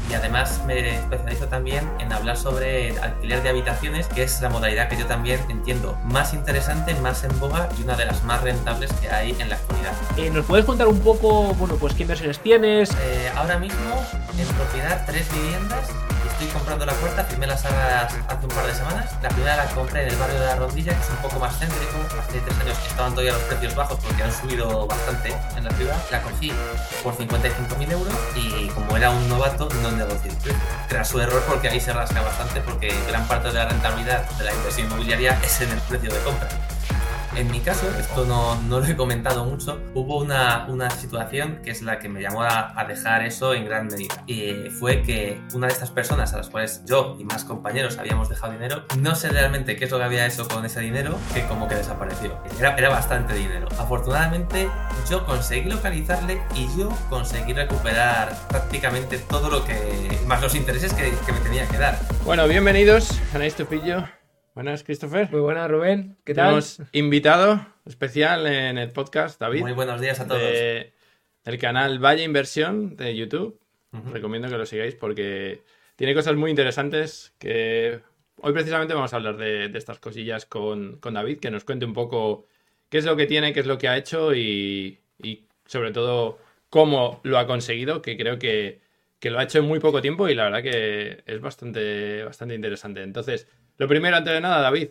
y además me especializo también en hablar sobre alquiler de habitaciones, que es la modalidad que yo también entiendo más interesante, más en boga y una de las más rentables que hay en la actualidad. ¿Nos puedes contar un poco, pues qué inversiones tienes? Ahora mismo en propiedad 3 viviendas. Estoy comprando la cuarta, firmé las salas hace un par de semanas. La primera la compré en el barrio de La Rondilla, que es un poco más céntrico. Hace 3 años que estaban todavía los precios bajos porque han subido bastante en la ciudad. La cogí por 55.000 euros y como era un novato no negocié. Tras su error, porque ahí se rasca bastante, porque gran parte de la rentabilidad de la inversión inmobiliaria es en el precio de compra. En mi caso, esto no lo he comentado mucho, hubo una situación que es la que me llamó a dejar eso en gran medida. Y fue que una de estas personas a las cuales yo y más compañeros habíamos dejado dinero, no sé realmente qué es lo que había hecho con ese dinero, que como que desapareció. Era bastante dinero. Afortunadamente, yo conseguí localizarle y yo conseguí recuperar prácticamente todo lo que... más los intereses que me tenía que dar. Bueno, bienvenidos a Nice to Meet You. Buenas, Christopher. Muy buenas, Rubén. ¿Qué tal? Tenemos invitado especial en el podcast, David. Muy buenos días a todos. Del canal Valle Inversión de YouTube. Recomiendo que lo sigáis porque tiene cosas muy interesantes que hoy precisamente vamos a hablar de estas cosillas con David, que nos cuente un poco qué es lo que tiene, qué es lo que ha hecho y sobre todo cómo lo ha conseguido, que creo que lo ha hecho en muy poco tiempo y la verdad que es bastante interesante. Entonces, lo primero, antes de nada, David,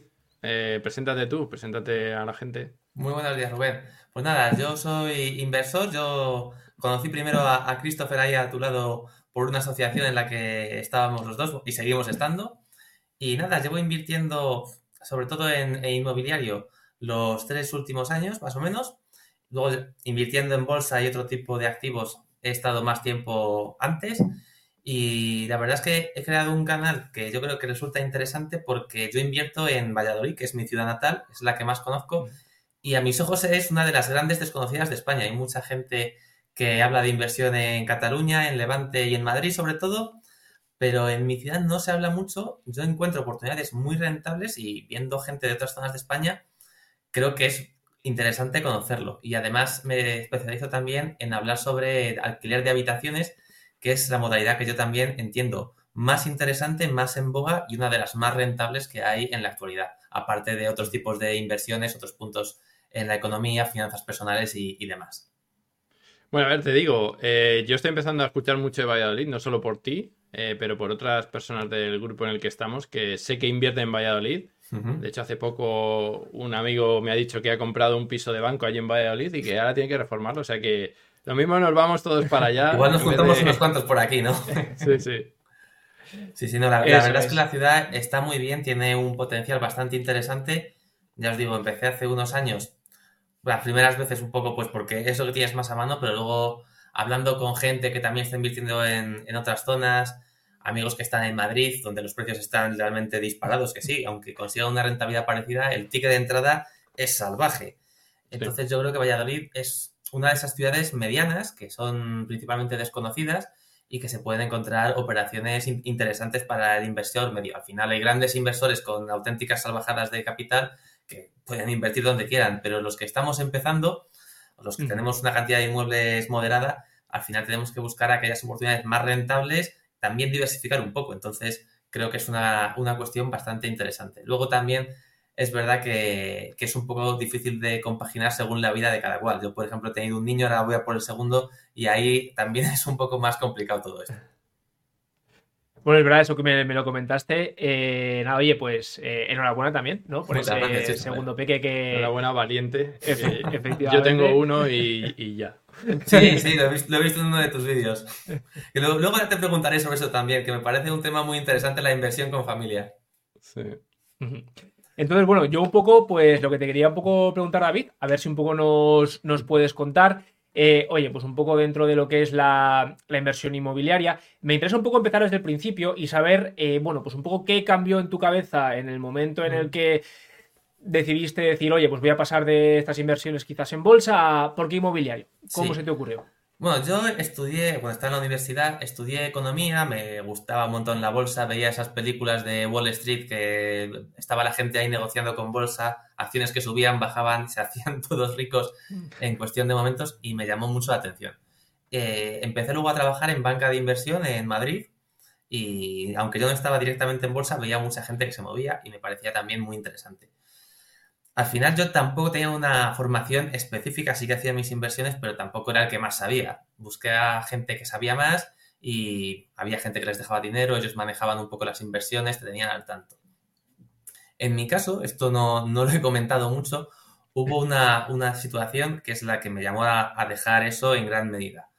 preséntate a la gente. Muy buenos días, Rubén. Pues nada, yo soy inversor. Yo conocí primero a Christopher ahí a tu lado por una asociación en la que estábamos los dos y seguimos estando. Y nada, llevo invirtiendo sobre todo en inmobiliario los 3 últimos años, más o menos. Luego invirtiendo en bolsa y otro tipo de activos he estado más tiempo antes. Y la verdad es que he creado un canal que yo creo que resulta interesante porque yo invierto en Valladolid, que es mi ciudad natal, es la que más conozco, y a mis ojos es una de las grandes desconocidas de España. Hay mucha gente que habla de inversión en Cataluña, en Levante y en Madrid sobre todo, pero en mi ciudad no se habla mucho. Yo encuentro oportunidades muy rentables y viendo gente de otras zonas de España, creo que es interesante conocerlo. Y además me especializo también en hablar sobre alquiler de habitaciones, que es la modalidad que yo también entiendo más interesante, más en boga y una de las más rentables que hay en la actualidad, aparte de otros tipos de inversiones, otros puntos en la economía, finanzas personales y demás. Bueno, a ver, te digo, yo estoy empezando a escuchar mucho de Valladolid, no solo por ti, pero por otras personas del grupo en el que estamos, que sé que invierten en Valladolid. De hecho, hace poco un amigo me ha dicho que ha comprado un piso de banco allí en Valladolid y que ahora tiene que reformarlo, o sea que lo mismo nos vamos todos para allá. Igual nos juntamos unos cuantos por aquí, ¿no? Sí. Sí, no, la verdad es que la ciudad está muy bien, tiene un potencial bastante interesante. Ya os digo, empecé hace unos años, las primeras veces un poco pues porque es lo que tienes más a mano, pero luego hablando con gente que también está invirtiendo en otras zonas, amigos que están en Madrid, donde los precios están realmente disparados, que sí, aunque consigan una rentabilidad parecida, el ticket de entrada es salvaje. Entonces yo creo que Valladolid es una de esas ciudades medianas que son principalmente desconocidas y que se pueden encontrar operaciones interesantes para el inversor medio. Al final hay grandes inversores con auténticas salvajadas de capital que pueden invertir donde quieran, pero los que estamos empezando, los que tenemos una cantidad de inmuebles moderada, al final tenemos que buscar aquellas oportunidades más rentables, también diversificar un poco. Entonces creo que es una cuestión bastante interesante. Luego también es verdad que es un poco difícil de compaginar según la vida de cada cual. Yo, por ejemplo, he tenido un niño, ahora voy a por el segundo y ahí también es un poco más complicado todo esto. Bueno, es verdad eso que me lo comentaste. Nada, oye, pues enhorabuena también, ¿no? Por ese gracias, segundo peque que... Enhorabuena, valiente. Efectivamente. Yo tengo uno y ya. Sí, lo he visto en uno de tus vídeos. Y luego te preguntaré sobre eso también, que me parece un tema muy interesante, la inversión con familia. Sí. Entonces, bueno, yo un poco, pues lo que te quería un poco preguntar, David, a ver si un poco nos puedes contar. Oye, pues un poco dentro de lo que es la inversión inmobiliaria, me interesa un poco empezar desde el principio y saber, bueno, pues un poco qué cambió en tu cabeza en el momento en el que decidiste decir, oye, pues voy a pasar de estas inversiones quizás en bolsa a ¿por qué inmobiliario? ¿Cómo se te ocurrió? Bueno, yo estudié, cuando estaba en la universidad, estudié economía, me gustaba un montón la bolsa, veía esas películas de Wall Street que estaba la gente ahí negociando con bolsa, acciones que subían, bajaban, se hacían todos ricos en cuestión de momentos y me llamó mucho la atención. Empecé luego a trabajar en banca de inversión en Madrid y aunque yo no estaba directamente en bolsa, veía mucha gente que se movía y me parecía también muy interesante. Al final yo tampoco tenía una formación específica, sí que hacía mis inversiones, pero tampoco era el que más sabía. Busqué a gente que sabía más y había gente que les dejaba dinero, ellos manejaban un poco las inversiones, te tenían al tanto. En mi caso, esto no lo he comentado mucho, hubo una situación que es la que me llamó a dejar eso en gran medida.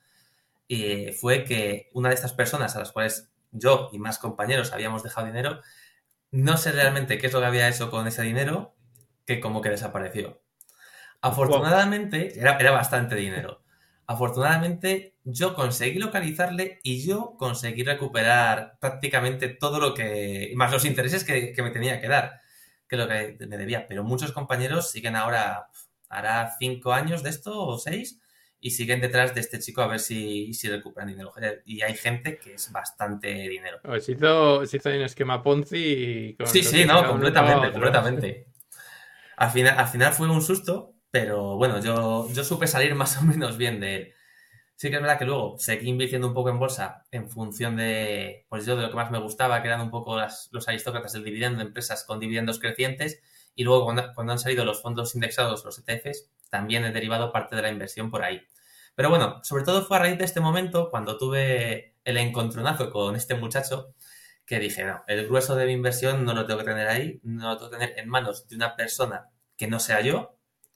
Y fue que una de estas personas a las cuales yo y más compañeros habíamos dejado dinero, no sé realmente qué es lo que había hecho con ese dinero, que como que desapareció. Afortunadamente, era bastante dinero. Afortunadamente, yo conseguí localizarle y yo conseguí recuperar prácticamente todo lo que... más los intereses que me tenía que dar, que lo que me debía. Pero muchos compañeros siguen ahora, hará 5 años de esto o 6, y siguen detrás de este chico a ver si recuperan dinero. Y hay gente que es bastante dinero. Se hizo un esquema Ponzi. Sí, no, completamente. Al final fue un susto, pero bueno, yo supe salir más o menos bien de él. Sí que es verdad que luego seguí invirtiendo un poco en bolsa en función de, pues yo de lo que más me gustaba, que eran un poco los aristócratas del dividendo, empresas con dividendos crecientes, y luego cuando han salido los fondos indexados, los ETFs, también he derivado parte de la inversión por ahí. Pero bueno, sobre todo fue a raíz de este momento, cuando tuve el encontronazo con este muchacho, que dije, no, el grueso de mi inversión no lo tengo que tener ahí, no lo tengo que tener en manos de una persona que no sea yo,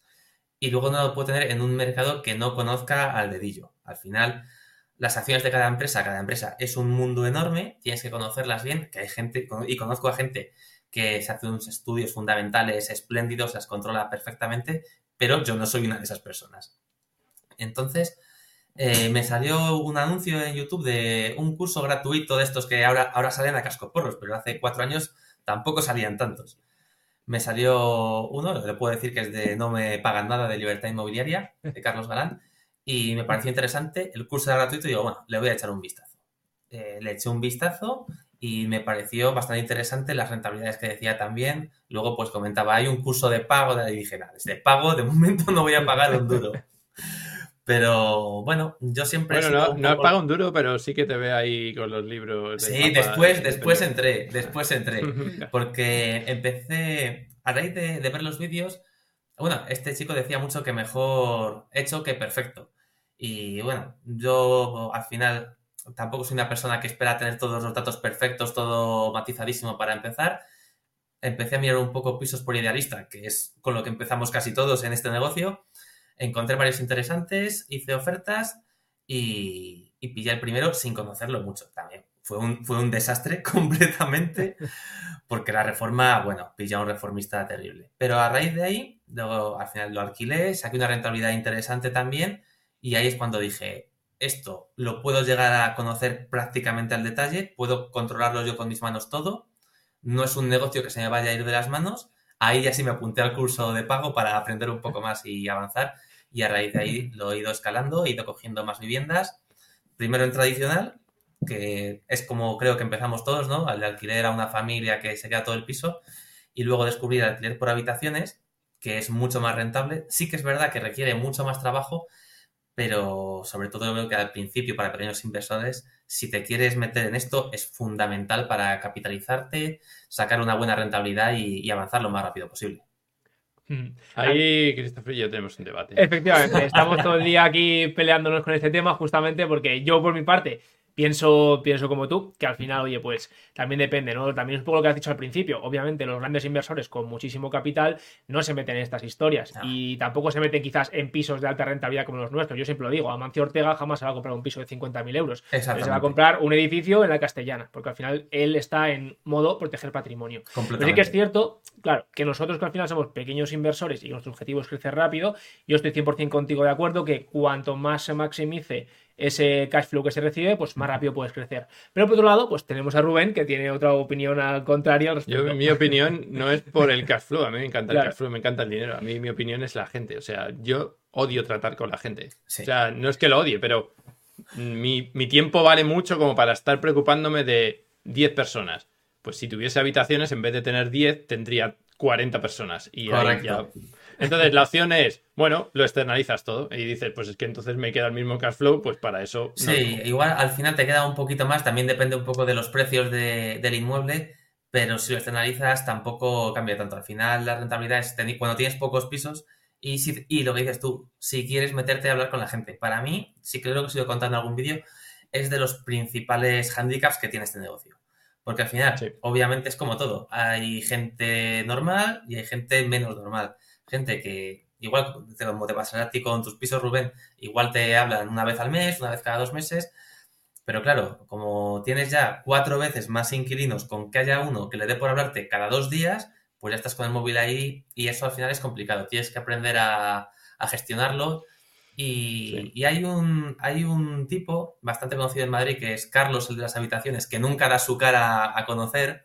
y luego no lo puedo tener en un mercado que no conozca al dedillo. Al final, las acciones de cada empresa es un mundo enorme, tienes que conocerlas bien, que hay gente, y conozco a gente que se hace unos estudios fundamentales espléndidos, las controla perfectamente, pero yo no soy una de esas personas. Entonces, me salió un anuncio en YouTube de un curso gratuito de estos que ahora salen a cascoporros, pero hace 4 años tampoco salían tantos. Me salió uno, le puedo decir que es de No me pagan nada, de Libertad Inmobiliaria, de Carlos Galán, y me pareció interesante. El curso era gratuito y digo, bueno, le voy a echar un vistazo. Le eché un vistazo y me pareció bastante interesante las rentabilidades que decía también. Luego pues comentaba, hay un curso de pago, y dije, nada, de pago, de momento no voy a pagar un duro. Pero bueno, yo siempre... Bueno, no pago un duro, pero sí que te ve ahí con los libros. Sí, después entré. Porque empecé, a raíz de ver los vídeos, bueno, este chico decía mucho que mejor hecho que perfecto. Y bueno, yo al final tampoco soy una persona que espera tener todos los datos perfectos, todo matizadísimo para empezar. Empecé a mirar un poco pisos por Idealista, que es con lo que empezamos casi todos en este negocio. Encontré varios interesantes, hice ofertas y pillé el primero sin conocerlo mucho también. Fue un desastre completamente porque la reforma, bueno, pillé a un reformista terrible. Pero a raíz de ahí, luego al final lo alquilé, saqué una rentabilidad interesante también y ahí es cuando dije, esto lo puedo llegar a conocer prácticamente al detalle, puedo controlarlo yo con mis manos todo, no es un negocio que se me vaya a ir de las manos. Ahí ya sí me apunté al curso de pago para aprender un poco más y avanzar. Y a raíz de ahí lo he ido escalando, he ido cogiendo más viviendas. Primero en tradicional, que es como creo que empezamos todos, ¿no? Al alquiler a una familia que se queda todo el piso. Y luego descubrir el alquiler por habitaciones, que es mucho más rentable. Sí que es verdad que requiere mucho más trabajo, pero sobre todo yo creo que al principio, para pequeños inversores, si te quieres meter en esto, es fundamental para capitalizarte, sacar una buena rentabilidad y avanzar lo más rápido posible. Ahí, Christopher y yo tenemos un debate. Efectivamente, estamos todo el día aquí peleándonos con este tema justamente porque yo por mi parte pienso como tú, que al final, oye, pues también depende, ¿no? También es un poco lo que has dicho al principio. Obviamente los grandes inversores con muchísimo capital no se meten en estas historias y tampoco se meten quizás en pisos de alta rentabilidad como los nuestros. Yo siempre lo digo, Amancio Ortega jamás se va a comprar un piso de 50.000 euros. Se va a comprar un edificio en la Castellana, porque al final él está en modo proteger patrimonio. Pero sí que es cierto, claro, que nosotros que al final somos pequeños inversores y nuestro objetivo es crecer rápido, yo estoy 100% contigo de acuerdo que cuanto más se maximice ese cash flow que se recibe, pues más rápido puedes crecer. Pero por otro lado, pues tenemos a Rubén, que tiene otra opinión al contrario al respecto. Mi opinión no es por el cash flow, a mí me encanta el cash flow, me encanta el dinero. A mí mi opinión es la gente, o sea, yo odio tratar con la gente. Sí. O sea, no es que lo odie, pero mi tiempo vale mucho como para estar preocupándome de 10 personas. Pues si tuviese habitaciones, en vez de tener 10, tendría 40 personas. Y ahí ya Entonces, la opción es, bueno, lo externalizas todo y dices, pues es que entonces me queda el mismo cash flow, pues para eso no Sí, lo cojo. igual al final te queda un poquito más, también depende un poco de los precios del inmueble, pero si lo externalizas tampoco cambia tanto. Al final la rentabilidad es cuando tienes pocos pisos y lo que dices tú, si quieres meterte a hablar con la gente. Para mí, sí creo que os he ido contando en algún vídeo, es de los principales handicaps que tiene este negocio. Porque al final, Sí. obviamente es como todo, hay gente normal y hay gente menos normal. Gente que, igual como te pasará a ti con tus pisos, Rubén, igual te hablan una vez al mes, una vez cada 2 meses, pero claro, como tienes ya 4 veces más inquilinos con que haya uno que le dé por hablarte cada 2 días, pues ya estás con el móvil ahí y eso al final es complicado. Tienes que aprender a gestionarlo Sí. y hay un tipo bastante conocido en Madrid que es Carlos, el de las habitaciones, que nunca da su cara a conocer,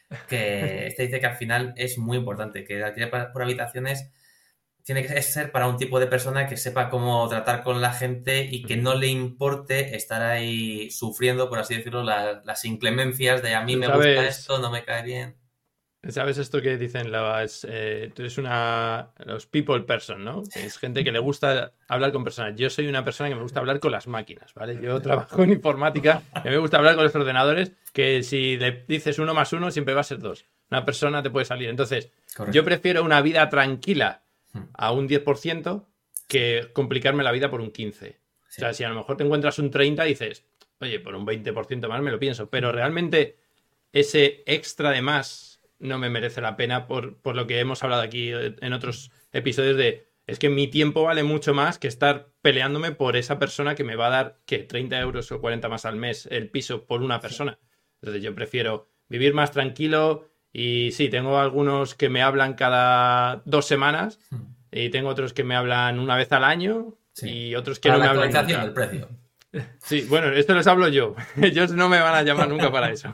que este dice que al final es muy importante, que el alquiler por habitaciones tiene que ser para un tipo de persona que sepa cómo tratar con la gente y que no le importe estar ahí sufriendo, por así decirlo, las inclemencias de a mí Tú me gusta sabes, esto, no me cae bien. ¿sabes esto que dicen tú eres los people person, ¿no? Que es gente que le gusta hablar con personas. Yo soy una persona que me gusta hablar con las máquinas, ¿vale? Yo trabajo en informática y me gusta hablar con los ordenadores, que si le dices 1 más 1 siempre va a ser 2. Una persona te puede salir. Entonces, yo Correcto. prefiero una vida tranquila a un 10% que complicarme la vida por un 15%. O Sí. sea, si a lo mejor te encuentras un 30%, dices, oye, por un 20% más me lo pienso. Pero realmente ese extra de más no me merece la pena por lo que hemos hablado aquí en otros episodios es que mi tiempo vale mucho más que estar peleándome por esa persona que me va a dar, ¿qué? 30 euros o 40 más al mes el piso por una persona. Entonces yo prefiero vivir más tranquilo y sí, tengo algunos que me hablan cada 2 semanas y tengo otros que me hablan una vez al año Sí. y otros que Para no la me hablan actualización del nunca. precio. Sí, bueno, esto les hablo yo. Ellos no me van a llamar nunca para eso.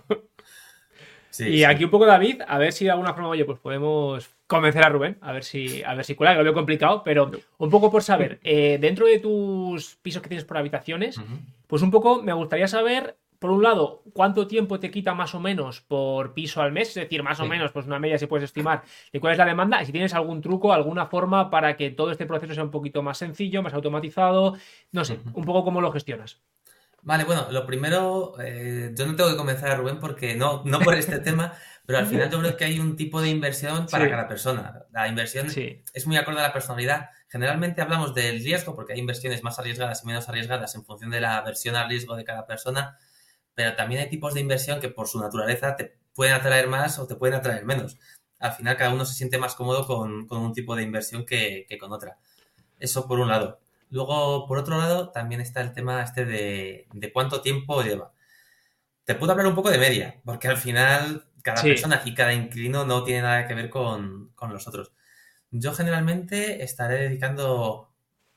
Sí, Y sí. aquí un poco, David, a ver si de alguna forma, oye, pues podemos convencer a Rubén, a ver si cuela, que lo veo complicado, pero un poco por saber, dentro de tus pisos que tienes por habitaciones, Ujú. pues un poco me gustaría saber, por un lado, cuánto tiempo te quita más o menos por piso al mes, es decir, más o Sí. menos, pues una media si puedes estimar, de cuál es la demanda, y si tienes algún truco, alguna forma para que todo este proceso sea un poquito más sencillo, más automatizado, no sé, Ujú. un poco cómo lo gestionas. Vale, bueno, lo primero, yo no tengo que convencer a Rubén porque no por este tema, pero al final yo creo que hay un tipo de inversión para Sí, cada persona. La inversión sí. es muy acorde a la personalidad. Generalmente hablamos del riesgo porque hay inversiones más arriesgadas y menos arriesgadas en función de la versión al riesgo de cada persona, pero también hay tipos de inversión que por su naturaleza te pueden atraer más o te pueden atraer menos. Al final cada uno se siente más cómodo con un tipo de inversión que con otra. Eso por un lado. Luego, por otro lado, también está el tema este de cuánto tiempo lleva. Te puedo hablar un poco de media, porque al final cada Sí, persona y cada inquilino no tiene nada que ver con los otros. Yo generalmente estaré dedicando...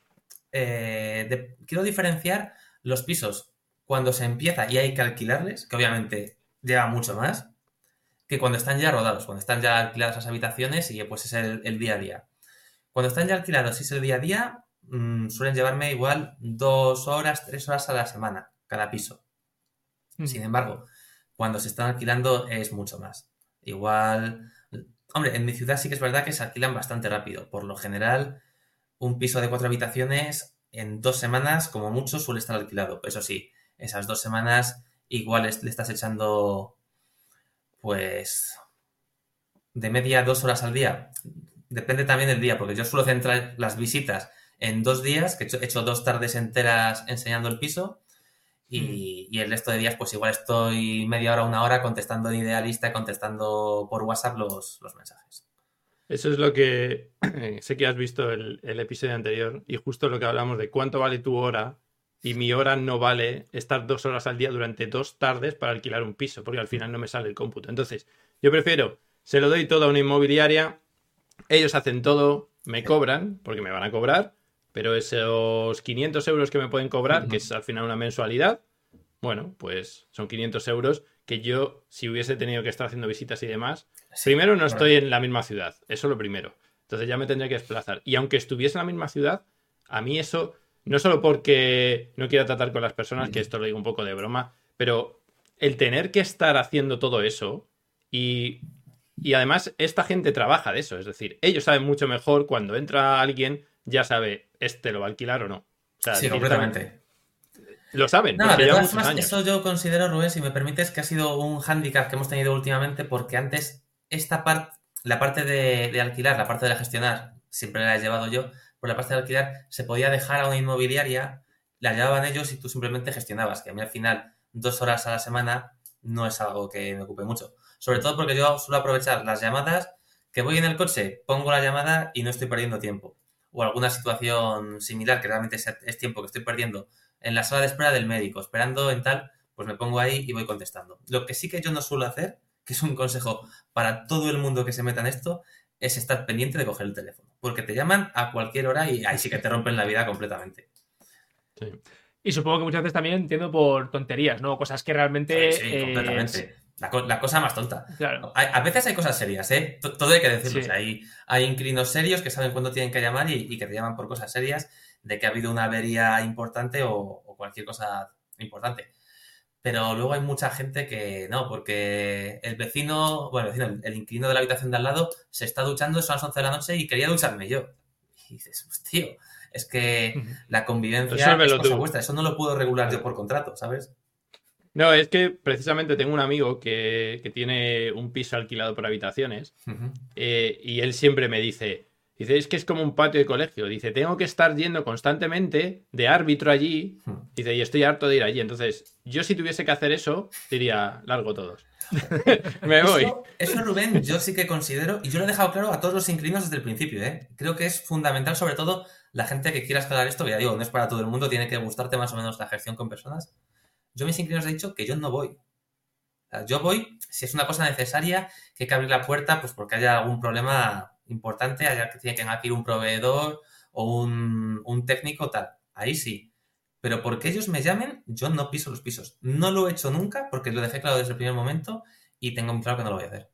quiero diferenciar los pisos cuando se empieza y hay que alquilarles, que obviamente lleva mucho más, que cuando están ya rodados, cuando están ya alquiladas las habitaciones y pues es el día a día. Cuando están ya alquilados y es el día a día, suelen llevarme igual 2 horas, 3 horas a la semana, cada piso. Sin embargo, cuando se están alquilando es mucho más. Igual, hombre, en mi ciudad sí que es verdad que se alquilan bastante rápido. Por lo general, un piso de 4 habitaciones en 2 semanas, como mucho, suele estar alquilado. Eso sí, esas 2 semanas igual le estás echando, pues, de media 2 horas al día. Depende también del día, porque yo suelo centrar las visitas en 2 días, que he hecho 2 tardes enteras enseñando el piso, y el resto de días, pues igual estoy media hora, 1 hora contestando en Idealista, contestando por WhatsApp los mensajes. Eso es lo que sé que has visto el episodio anterior y justo lo que hablamos de cuánto vale tu hora y mi hora no vale estar 2 horas al día durante 2 tardes para alquilar un piso porque al final no me sale el cómputo. Entonces, yo prefiero, se lo doy todo a una inmobiliaria, ellos hacen todo, me cobran porque me van a cobrar, pero esos 500 euros que me pueden cobrar, que es al final una mensualidad, bueno, pues son 500 euros que yo, si hubiese tenido que estar haciendo visitas y demás, Sí, primero no correcto. estoy en la misma ciudad, eso es lo primero. Entonces ya me tendría que desplazar. Y aunque estuviese en la misma ciudad, a mí eso, no solo porque no quiera tratar con las personas, que esto lo digo un poco de broma, pero el tener que estar haciendo todo eso y Y además, esta gente trabaja de eso. Es decir, ellos saben mucho mejor cuando entra alguien, ya sabe, este lo va a alquilar o no. O sea, Sí, completamente. Lo saben, No, porque de llevan todas muchos formas, años. eso yo considero, Rubén, si me permites, que ha sido un hándicap que hemos tenido últimamente, porque antes esta parte, la parte de alquilar, la parte de la gestionar, siempre la he llevado yo, por la parte de alquilar se podía dejar a una inmobiliaria, la llevaban ellos y tú simplemente gestionabas, que a mí al final 2 horas a la semana no es algo que me ocupe mucho. Sobre todo porque yo suelo aprovechar las llamadas, que voy en el coche, pongo la llamada y no estoy perdiendo tiempo. O alguna situación similar que realmente es tiempo que estoy perdiendo en la sala de espera del médico, esperando en tal, pues me pongo ahí y voy contestando. Lo que sí que yo no suelo hacer, que es un consejo para todo el mundo que se meta en esto, es estar pendiente de coger el teléfono. Porque te llaman a cualquier hora y ahí sí que te rompen la vida completamente. Sí. Y supongo que muchas veces también entiendo por tonterías, ¿no? Cosas que realmente... Sí, completamente. La cosa más tonta. Claro. A veces hay cosas serias, ¿eh? Todo hay que decirlo. Sí. O sea, hay inquilinos serios que saben cuándo tienen que llamar y que te llaman por cosas serias de que ha habido una avería importante o cualquier cosa importante. Pero luego hay mucha gente que no, porque el vecino, el inquilino de la habitación de al lado se está duchando, son las 11 de la noche y quería ducharme yo. Y dices, pues tío, es que la convivencia Resúlvelo es cosa tú. vuestra, eso no lo puedo regular yo por contrato, ¿sabes? No, es que precisamente tengo un amigo que tiene un piso alquilado por habitaciones y él siempre me dice, es que es como un patio de colegio. Dice, tengo que estar yendo constantemente de árbitro allí. Dice, y estoy harto de ir allí. Entonces, yo si tuviese que hacer eso, diría, largo todos. Me voy. Eso, Rubén, yo sí que considero, y yo lo he dejado claro a todos los inquilinos desde el principio, ¿eh? Creo que es fundamental, sobre todo, la gente que quiera escalar esto, que ya digo, no es para todo el mundo, tiene que gustarte más o menos la gestión con personas. Yo a mis inquilinos he dicho que yo no voy. O sea, yo voy si es una cosa necesaria, que hay que abrir la puerta, pues porque haya algún problema importante, haya que tiene que ir un proveedor o un técnico, tal. Ahí sí. Pero porque ellos me llamen, yo no piso los pisos. No lo he hecho nunca porque lo dejé claro desde el primer momento y tengo muy claro que no lo voy a hacer.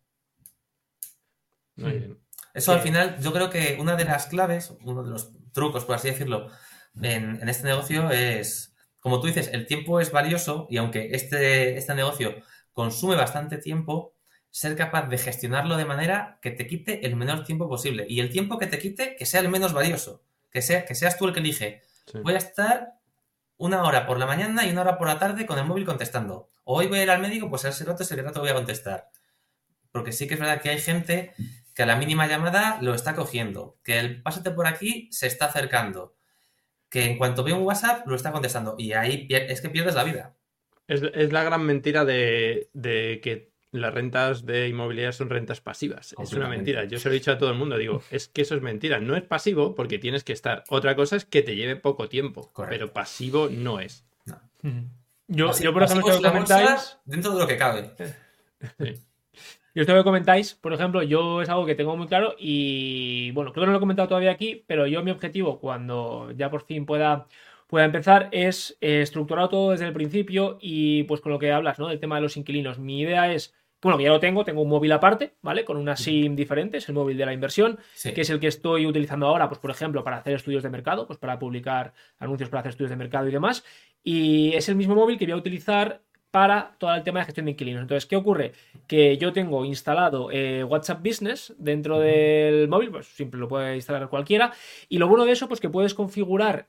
Muy bien. Eso al final, yo creo que una de las claves, uno de los trucos, por así decirlo, en este negocio es, como tú dices, el tiempo es valioso y aunque este negocio consume bastante tiempo, ser capaz de gestionarlo de manera que te quite el menor tiempo posible. Y el tiempo que te quite, que sea el menos valioso. Que seas tú el que elige. Sí. Voy a estar 1 hora por la mañana y 1 hora por la tarde con el móvil contestando. O hoy voy a ir al médico, pues a ese rato voy a contestar. Porque sí que es verdad que hay gente que a la mínima llamada lo está cogiendo. Que el pásate por aquí se está acercando. Que en cuanto ve un WhatsApp lo está contestando. Y ahí es que pierdes la vida. Es la gran mentira de que las rentas de inmobiliaria son rentas pasivas. Es una mentira. Yo se lo he dicho a todo el mundo. Digo, es que eso es mentira. No es pasivo porque tienes que estar. Otra cosa es que te lleve poco tiempo. Correcto. Pero pasivo no es. No. Yo, por ejemplo, esto que comentáis... Dentro de lo que cabe. Sí. Yo esto que comentáis, por ejemplo, yo es algo que tengo muy claro y, bueno, creo que no lo he comentado todavía aquí, pero yo mi objetivo cuando ya por fin pueda empezar es estructurar todo desde el principio y pues con lo que hablas, ¿no? Del tema de los inquilinos. Mi idea es, bueno, que ya lo tengo un móvil aparte, ¿vale? Con una SIM diferente, es el móvil de la inversión, Sí. que es el que estoy utilizando ahora, pues por ejemplo, para hacer estudios de mercado, pues para publicar anuncios para hacer estudios de mercado y demás. Y es el mismo móvil que voy a utilizar para todo el tema de gestión de inquilinos. Entonces, ¿qué ocurre? Que yo tengo instalado WhatsApp Business dentro del móvil, pues siempre lo puede instalar cualquiera, y lo bueno de eso, pues que puedes configurar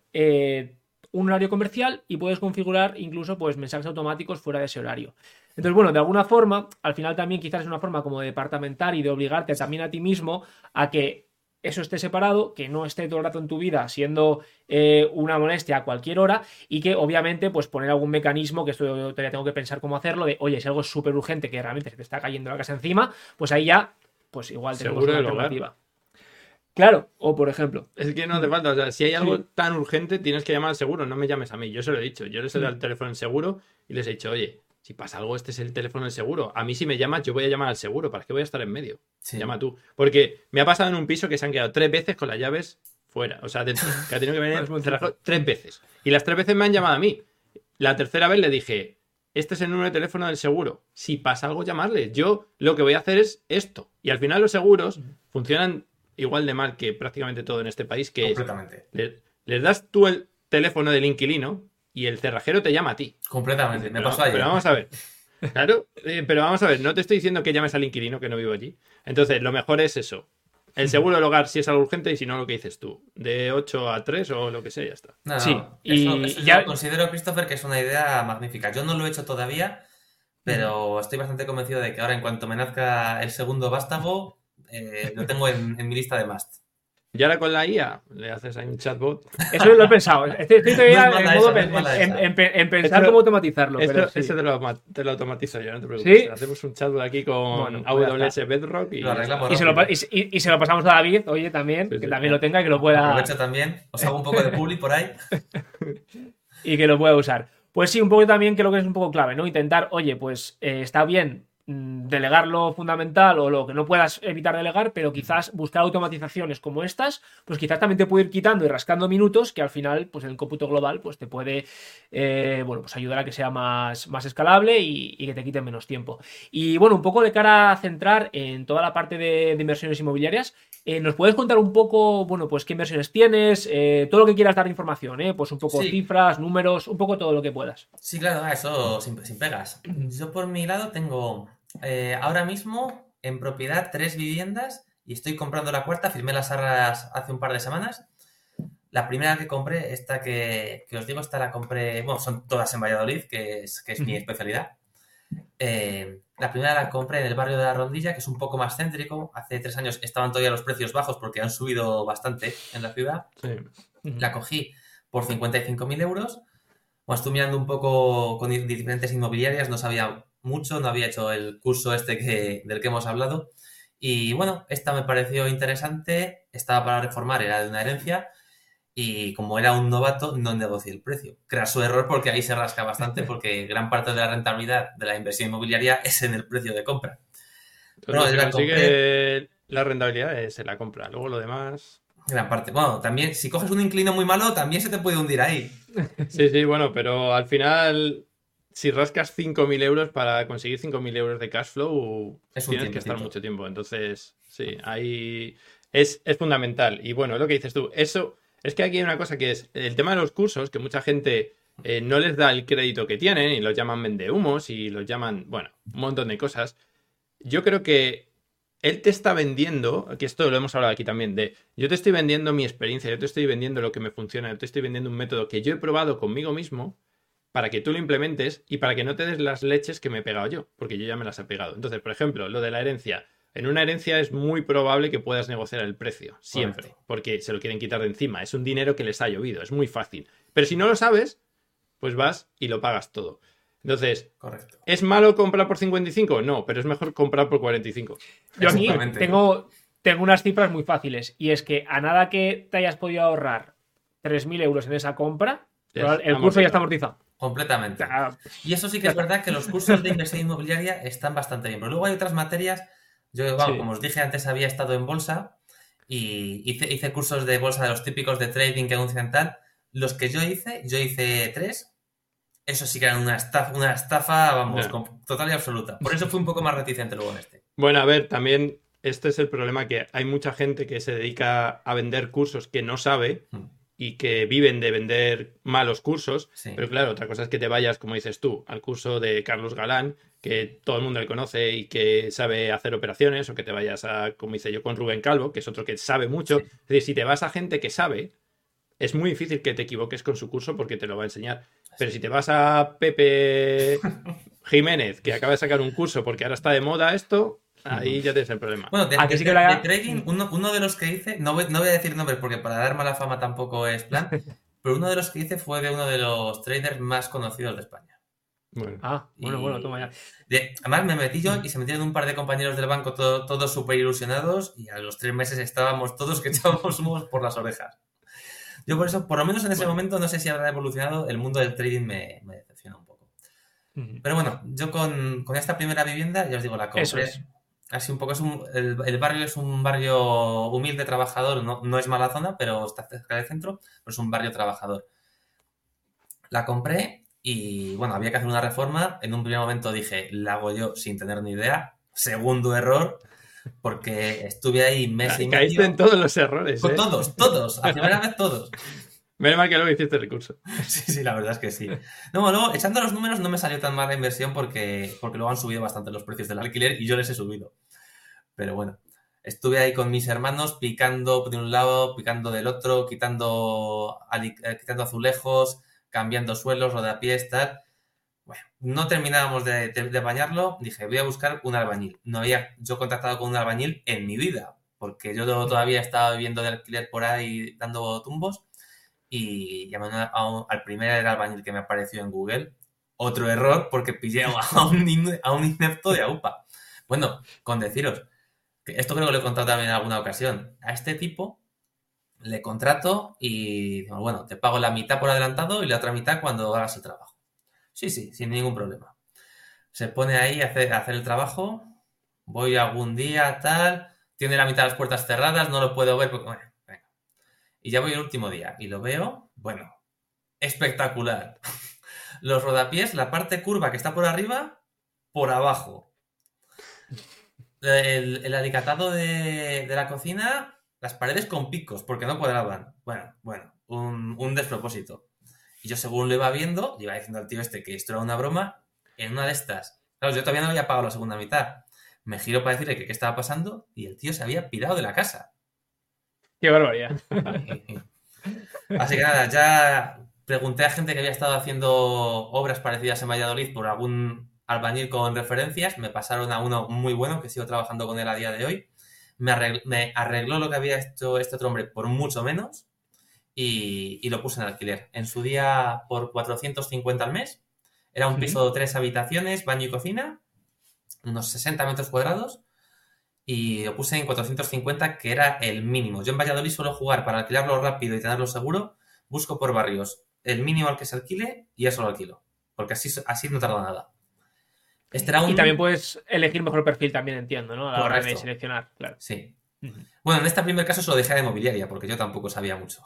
un horario comercial y puedes configurar incluso pues mensajes automáticos fuera de ese horario. Entonces, bueno, de alguna forma, al final también quizás es una forma como de departamentar y de obligarte también a ti mismo a que eso esté separado, que no esté todo el rato en tu vida siendo una molestia a cualquier hora y que obviamente pues poner algún mecanismo, que esto yo todavía tengo que pensar cómo hacerlo, de oye, si algo es súper urgente que realmente se te está cayendo la casa encima, pues ahí ya, pues igual tenemos Seguro una del hogar. alternativa. Claro, o por ejemplo. Es que no hace falta, o sea, si hay algo Sí. tan urgente, tienes que llamar al seguro, no me llames a mí. Yo se lo he dicho, yo les he dado el teléfono en seguro y les he dicho, oye, si pasa algo, este es el teléfono del seguro. A mí si me llamas, yo voy a llamar al seguro, ¿para qué voy a estar en medio? Sí. Llama tú. Porque me ha pasado en un piso que se han quedado 3 veces con las llaves fuera, o sea, dentro, que ha tenido que venir cerrado 3 veces. Y las 3 veces me han llamado a mí. La tercera vez le dije, este es el número de teléfono del seguro. Si pasa algo, llamarle. Yo lo que voy a hacer es esto. Y al final los seguros funcionan igual de mal que prácticamente todo en este país, que es, Completamente. les das tú el teléfono del inquilino y el cerrajero te llama a ti. Completamente. Me Pero- pasó ayer. Pero vamos a ver. Claro, pero vamos a ver, no te estoy diciendo que llames al inquilino que no vivo allí. Entonces, lo mejor es eso. El seguro del hogar si es algo urgente y si no, lo que dices tú. De 8 a 3 o lo que sea, ya está. No, Sí, eso yo considero, Christopher, que es una idea magnífica. Yo no lo he hecho todavía, pero estoy bastante convencido de que ahora, en cuanto me nazca el segundo vástago, lo tengo en mi lista de must. Y ahora con la IA le haces ahí un chatbot. Eso lo he pensado. Estoy todavía No es en modo mala esa. en pensar cómo automatizarlo. Pero sí. Ese te lo automatizo yo, no te preocupes. ¿Sí? Hacemos un chatbot aquí con Bueno, pues AWS Bedrock y Lo arreglamos. Y se lo pasamos a David, oye, también, Sí, que sí. también lo tenga y que lo pueda. Aprovecho también, os hago un poco de publi por ahí. Y que lo pueda usar. Pues sí, un poco también creo que es un poco clave, ¿no? Intentar, oye, pues está bien delegar lo fundamental o lo que no puedas evitar delegar, pero quizás buscar automatizaciones como estas, pues quizás también te puede ir quitando y rascando minutos que al final, pues en el cómputo global, pues te puede, bueno, pues ayudar a que sea más escalable y que te quite menos tiempo. Y bueno, un poco de cara a centrar en toda la parte de inversiones inmobiliarias, ¿nos puedes contar un poco, bueno, pues qué inversiones tienes, todo lo que quieras dar de información, pues un poco Sí. cifras, números, un poco todo lo que puedas? Sí, claro, eso sin pegas. Yo por mi lado tengo ahora mismo en propiedad 3 viviendas y estoy comprando la cuarta. Firmé las arras hace un par de semanas. La primera que compré, esta que os digo, esta la compré, bueno, son todas en Valladolid, que es mi especialidad. La primera la compré en el barrio de La Rondilla, que es un poco más céntrico. Hace 3 años estaban todavía los precios bajos porque han subido bastante en la ciudad. Sí. La cogí por 55.000 euros. Bueno, estuve mirando un poco con diferentes inmobiliarias, no sabía mucho, no había hecho el curso del que hemos hablado. Y bueno, esta me pareció interesante, estaba para reformar, era de una herencia. Y como era un novato, no negocié el precio. Craso error porque ahí se rasca bastante porque gran parte de la rentabilidad de la inversión inmobiliaria es en el precio de compra. Entonces, Pero se consigue la rentabilidad es en la compra. Luego lo demás... Gran parte. Bueno, también, si coges un inquilino muy malo, también se te puede hundir ahí. Sí, bueno, pero al final, si rascas 5.000 euros para conseguir 5.000 euros de cash flow, tienes que estar mucho tiempo. Entonces, sí, ahí es fundamental. Y bueno, es lo que dices tú. Eso... Es que aquí hay una cosa que es el tema de los cursos, que mucha gente no les da el crédito que tienen y los llaman vendehumos y los llaman, bueno, un montón de cosas. Yo creo que él te está vendiendo, que esto lo hemos hablado aquí también, de yo te estoy vendiendo mi experiencia, yo te estoy vendiendo lo que me funciona, yo te estoy vendiendo un método que yo he probado conmigo mismo para que tú lo implementes y para que no te des las leches que me he pegado yo, porque yo ya me las he pegado. Entonces, por ejemplo, lo de la herencia. En una herencia es muy probable que puedas negociar el precio, siempre, Correcto. porque se lo quieren quitar de encima. Es un dinero que les ha llovido, es muy fácil. Pero si no lo sabes, pues vas y lo pagas todo. Entonces, correcto. ¿Es malo comprar por 55? No, pero es mejor comprar por 45. Yo aquí tengo unas cifras muy fáciles y es que a nada que te hayas podido ahorrar 3.000 euros en esa compra, el curso ya está amortizado. Completamente. Y eso sí que es verdad que los cursos de inversión inmobiliaria están bastante bien. Pero luego hay otras materias. Yo, bueno, como os dije antes, había estado en bolsa y hice cursos de bolsa de los típicos de trading que anuncian tal. Los que yo hice 3. Eso sí que era una estafa, vamos, total y absoluta. Por eso fui un poco más reticente luego en este. Bueno, a ver, también este es el problema, que hay mucha gente que se dedica a vender cursos que no sabe y que viven de vender malos cursos. Sí. Pero claro, otra cosa es que te vayas, como dices tú, al curso de Carlos Galán, que todo el mundo le conoce y que sabe hacer operaciones, o que te vayas a, como hice yo, con Rubén Calvo, que es otro que sabe mucho. Sí. Es decir, si te vas a gente que sabe, es muy difícil que te equivoques con su curso porque te lo va a enseñar. Pero si te vas a Pepe Jiménez, que acaba de sacar un curso porque ahora está de moda esto, ahí ya tienes el problema. Bueno, de trading, uno de los que hice, no voy a decir nombres porque para dar mala fama tampoco es plan, pero uno de los que hice fue de uno de los traders más conocidos de España. Bueno. Bueno, toma ya. Además me metí yo y se metieron un par de compañeros del banco todos súper ilusionados y a los 3 meses estábamos todos que echábamos humos por las orejas. Yo por eso, por lo menos en ese momento, no sé si habrá evolucionado, el mundo del trading me decepciona un poco. Pero bueno, yo con esta primera vivienda, ya os digo, la compré. Eso es. Así un poco, el barrio es un barrio humilde, trabajador, no es mala zona, pero está cerca del centro, pero es un barrio trabajador. La compré y bueno, había que hacer una reforma. En un primer momento dije, la hago yo sin tener ni idea. Segundo error, porque estuve ahí mes y medio. Caíste en todos los errores. Con todos. A primera vez todos. Menos mal que luego hiciste el curso. Sí, la verdad es que sí. No, luego, echando los números, no me salió tan mala inversión porque luego han subido bastante los precios del alquiler y yo les he subido. Pero bueno, estuve ahí con mis hermanos picando de un lado, picando del otro, quitando azulejos, cambiando suelos, rodapiés, tal. Bueno, no terminábamos de bañarlo. Dije, voy a buscar un albañil. No había yo contactado con un albañil en mi vida, porque yo todavía estaba viviendo de alquiler por ahí dando tumbos y llamé al primer albañil que me apareció en Google. Otro error porque pillé a un inepto de AUPA. Bueno, con deciros, que esto creo que lo he contado también en alguna ocasión. A este tipo le contrato y digo, bueno, te pago la mitad por adelantado y la otra mitad cuando hagas el trabajo. Sí, sin ningún problema. Se pone ahí a hacer el trabajo, voy algún día, tal, tiene la mitad de las puertas cerradas, no lo puedo ver porque, bueno, venga. Y ya voy el último día y lo veo, bueno, espectacular. Los rodapiés, la parte curva que está por arriba, por abajo. El alicatado de la cocina, las paredes con picos, porque no cuadraban. Bueno, un despropósito. Y yo según lo iba viendo, iba diciendo al tío este que esto era una broma, en una de estas. Claro, yo todavía no había pagado la segunda mitad. Me giro para decirle que qué estaba pasando y el tío se había pirado de la casa. Qué barbaridad. Así que nada, ya pregunté a gente que había estado haciendo obras parecidas en Valladolid por algún albañil con referencias. Me pasaron a uno muy bueno que sigo trabajando con él a día de hoy. Me arregló lo que había hecho este otro hombre por mucho menos y lo puse en alquiler. En su día por 450 al mes. Era un piso de 3 habitaciones, baño y cocina, unos 60 metros cuadrados. Y lo puse en 450, que era el mínimo. Yo en Valladolid suelo jugar para alquilarlo rápido y tenerlo seguro. Busco por barrios el mínimo al que se alquile y eso lo alquilo. Porque así no tarda nada. Y también puedes elegir mejor perfil también, entiendo, ¿no? A la hora de Correcto. seleccionar, claro. Sí. Bueno, en este primer caso se lo dejé de mobiliaria, porque yo tampoco sabía mucho.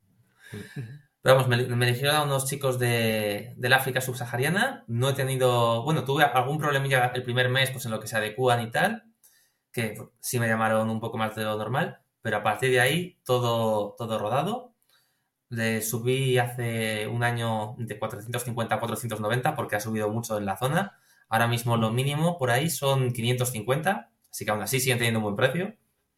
Pero vamos, me eligieron a unos chicos del África subsahariana. No he tenido... Bueno, tuve algún problemilla el primer mes, pues en lo que se adecúan y tal, que sí me llamaron un poco más de lo normal, pero a partir de ahí todo rodado. Le subí hace un año de 450 a 490 porque ha subido mucho en la zona. Ahora mismo lo mínimo por ahí son 550, así que aún así siguen teniendo un buen precio.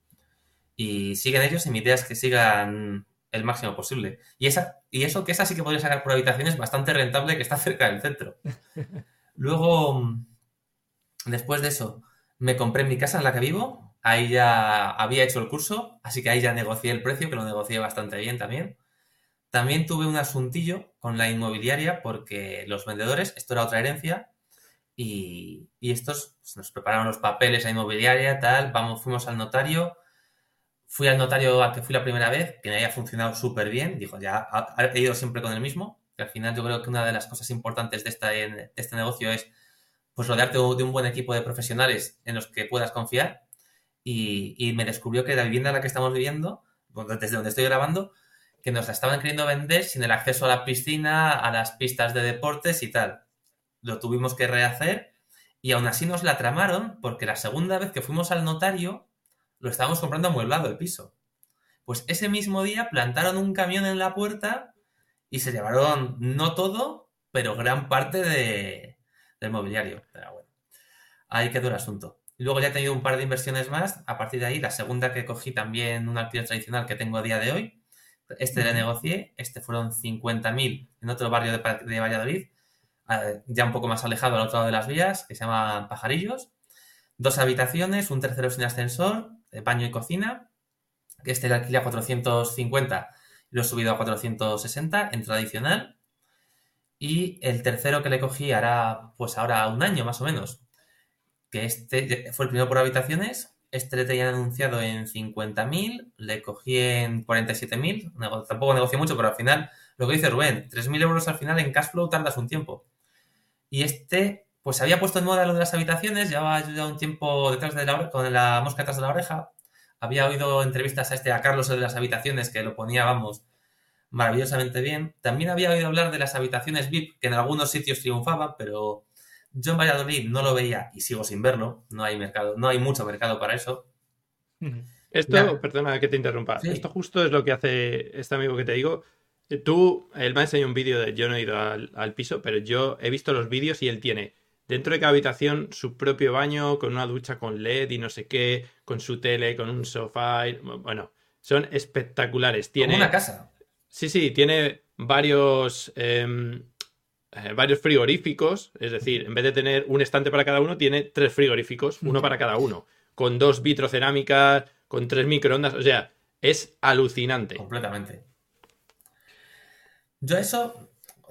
Y siguen ellos y mi idea es que sigan el máximo posible. Y eso que esa sí que podría sacar por habitaciones bastante rentable, que está cerca del centro. Luego, después de eso, me compré mi casa en la que vivo. Ahí ya había hecho el curso, así que ahí ya negocié el precio, que lo negocié bastante bien también. También tuve un asuntillo con la inmobiliaria porque los vendedores, esto era otra herencia, y estos pues, nos prepararon los papeles a inmobiliaria, tal, fuimos al notario. Fui al notario al que fui la primera vez, que me había funcionado súper bien. Dijo, ya he ido siempre con el mismo. Que al final yo creo que una de las cosas importantes de este negocio es pues rodearte de un buen equipo de profesionales en los que puedas confiar. Y me descubrió que la vivienda en la que estamos viviendo, desde donde estoy grabando, que nos la estaban queriendo vender sin el acceso a la piscina, a las pistas de deportes y tal. Lo tuvimos que rehacer y aún así nos la tramaron porque la segunda vez que fuimos al notario lo estábamos comprando amueblado el piso. Pues ese mismo día plantaron un camión en la puerta y se llevaron no todo, pero gran parte del mobiliario. Pero bueno, ahí quedó el asunto. Luego ya he tenido un par de inversiones más. A partir de ahí, la segunda que cogí también un alquiler tradicional que tengo a día de hoy. Este le negocié. Fueron 50.000 en otro barrio de Valladolid, ya un poco más alejado al otro lado de las vías, que se llama Pajarillos. 2 habitaciones, un tercero sin ascensor, baño y cocina. Este le alquilé a 450 y lo he subido a 460 en tradicional. Y el tercero que le cogí hará pues ahora un año más o menos, que este fue el primero por habitaciones. Este le tenían anunciado en 50.000, le cogí en 47.000. Tampoco negocié mucho, pero al final, lo que dice Rubén, 3.000 euros al final en cash flow tardas un tiempo. Y pues había puesto en moda lo de las habitaciones, llevaba ya un tiempo con la mosca detrás de la oreja. Había oído entrevistas a Carlos de las habitaciones, que lo ponía, vamos, maravillosamente bien. También había oído hablar de las habitaciones VIP, que en algunos sitios triunfaban, pero yo en Valladolid no lo veía y sigo sin verlo. No hay mercado, no hay mucho mercado para eso. Esto, perdona que te interrumpa, Sí. Esto justo es lo que hace este amigo que te digo. Él me ha enseñado un vídeo yo no he ido al piso, pero yo he visto los vídeos y él tiene dentro de cada habitación su propio baño, con una ducha con LED y no sé qué, con su tele, con un sofá. Bueno, son espectaculares. Como una casa. Sí, tiene varios frigoríficos, es decir, en vez de tener un estante para cada uno, tiene 3 frigoríficos, uno para cada uno, con 2 vitrocerámicas, con 3 microondas, o sea, es alucinante. Completamente. Yo eso,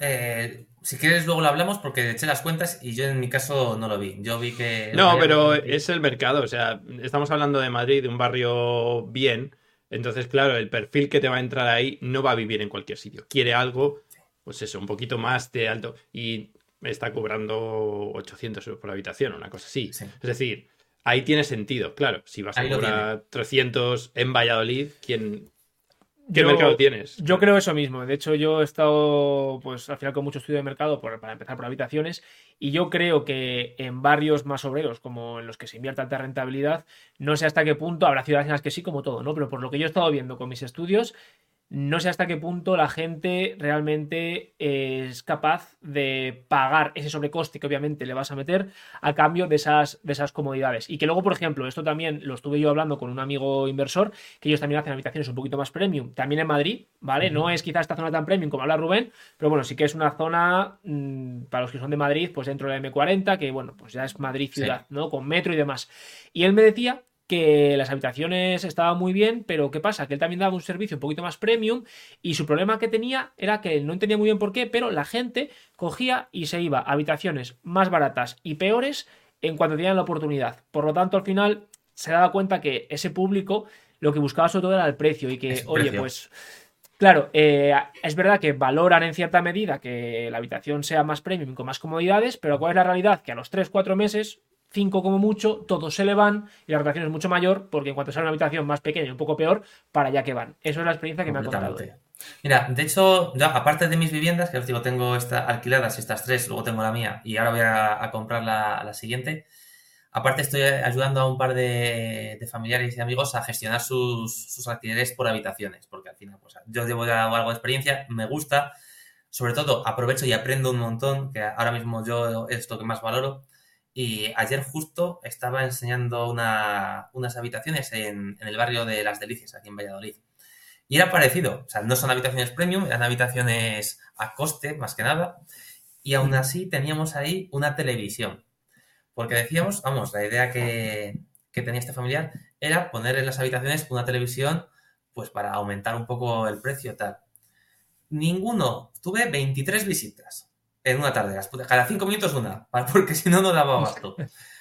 si quieres luego lo hablamos porque eché las cuentas y yo en mi caso no lo vi. Yo vi que... No, pero es el mercado, o sea, estamos hablando de Madrid, de un barrio bien, entonces claro, el perfil que te va a entrar ahí no va a vivir en cualquier sitio, quiere algo... Pues eso, un poquito más de alto. Y está cobrando 800 euros por habitación, una cosa así. Sí. Es decir, ahí tiene sentido. Claro, si vas a cobrar 300 en Valladolid, ¿qué mercado tienes? Yo creo eso mismo. De hecho, yo he estado, pues al final con mucho estudio de mercado para empezar por habitaciones. Y yo creo que en barrios más obreros, como en los que se invierte alta rentabilidad, no sé hasta qué punto, habrá ciudades en las que sí, como todo, ¿no? Pero por lo que yo he estado viendo con mis estudios, no sé hasta qué punto la gente realmente es capaz de pagar ese sobrecoste que obviamente le vas a meter a cambio de esas comodidades. Y que luego, por ejemplo, esto también lo estuve yo hablando con un amigo inversor, que ellos también hacen habitaciones un poquito más premium, también en Madrid, ¿vale? No es quizás esta zona tan premium como habla Rubén, pero bueno, sí que es una zona, para los que son de Madrid, pues dentro de la M40, que bueno, pues ya es Madrid ciudad, ¿no? Con metro y demás. Y él me decía que las habitaciones estaban muy bien, pero ¿qué pasa? Que él también daba un servicio un poquito más premium y su problema que tenía era que él no entendía muy bien por qué, pero la gente cogía y se iba a habitaciones más baratas y peores en cuanto tenían la oportunidad. Por lo tanto, al final se daba cuenta que ese público lo que buscaba sobre todo era el precio y que, oye, pues... Claro, es verdad que valoran en cierta medida que la habitación sea más premium con más comodidades, pero ¿cuál es la realidad? Que a los 3-4 meses 5 como mucho, todos se le van y la rotación es mucho mayor porque en cuanto sale una habitación más pequeña y un poco peor, para allá que van. Eso es la experiencia que me ha contado. Mira, de hecho, ya aparte de mis viviendas, que os digo, tengo alquiladas estas 3, luego tengo la mía y ahora voy a comprar la siguiente. Aparte estoy ayudando a un par de familiares y amigos a gestionar sus alquileres por habitaciones, porque al final pues, yo llevo ya algo de experiencia, me gusta, sobre todo aprovecho y aprendo un montón, que ahora mismo yo es lo que más valoro. Y ayer justo estaba enseñando unas habitaciones en el barrio de Las Delicias, aquí en Valladolid. Y era parecido. O sea, no son habitaciones premium, eran habitaciones a coste, más que nada. Y aún así teníamos ahí una televisión. Porque decíamos, vamos, la idea que tenía este familiar era poner en las habitaciones una televisión pues para aumentar un poco el precio tal. Ninguno. Tuve 23 visitas. En una tarde, cada 5 minutos una, porque si no, no daba abasto.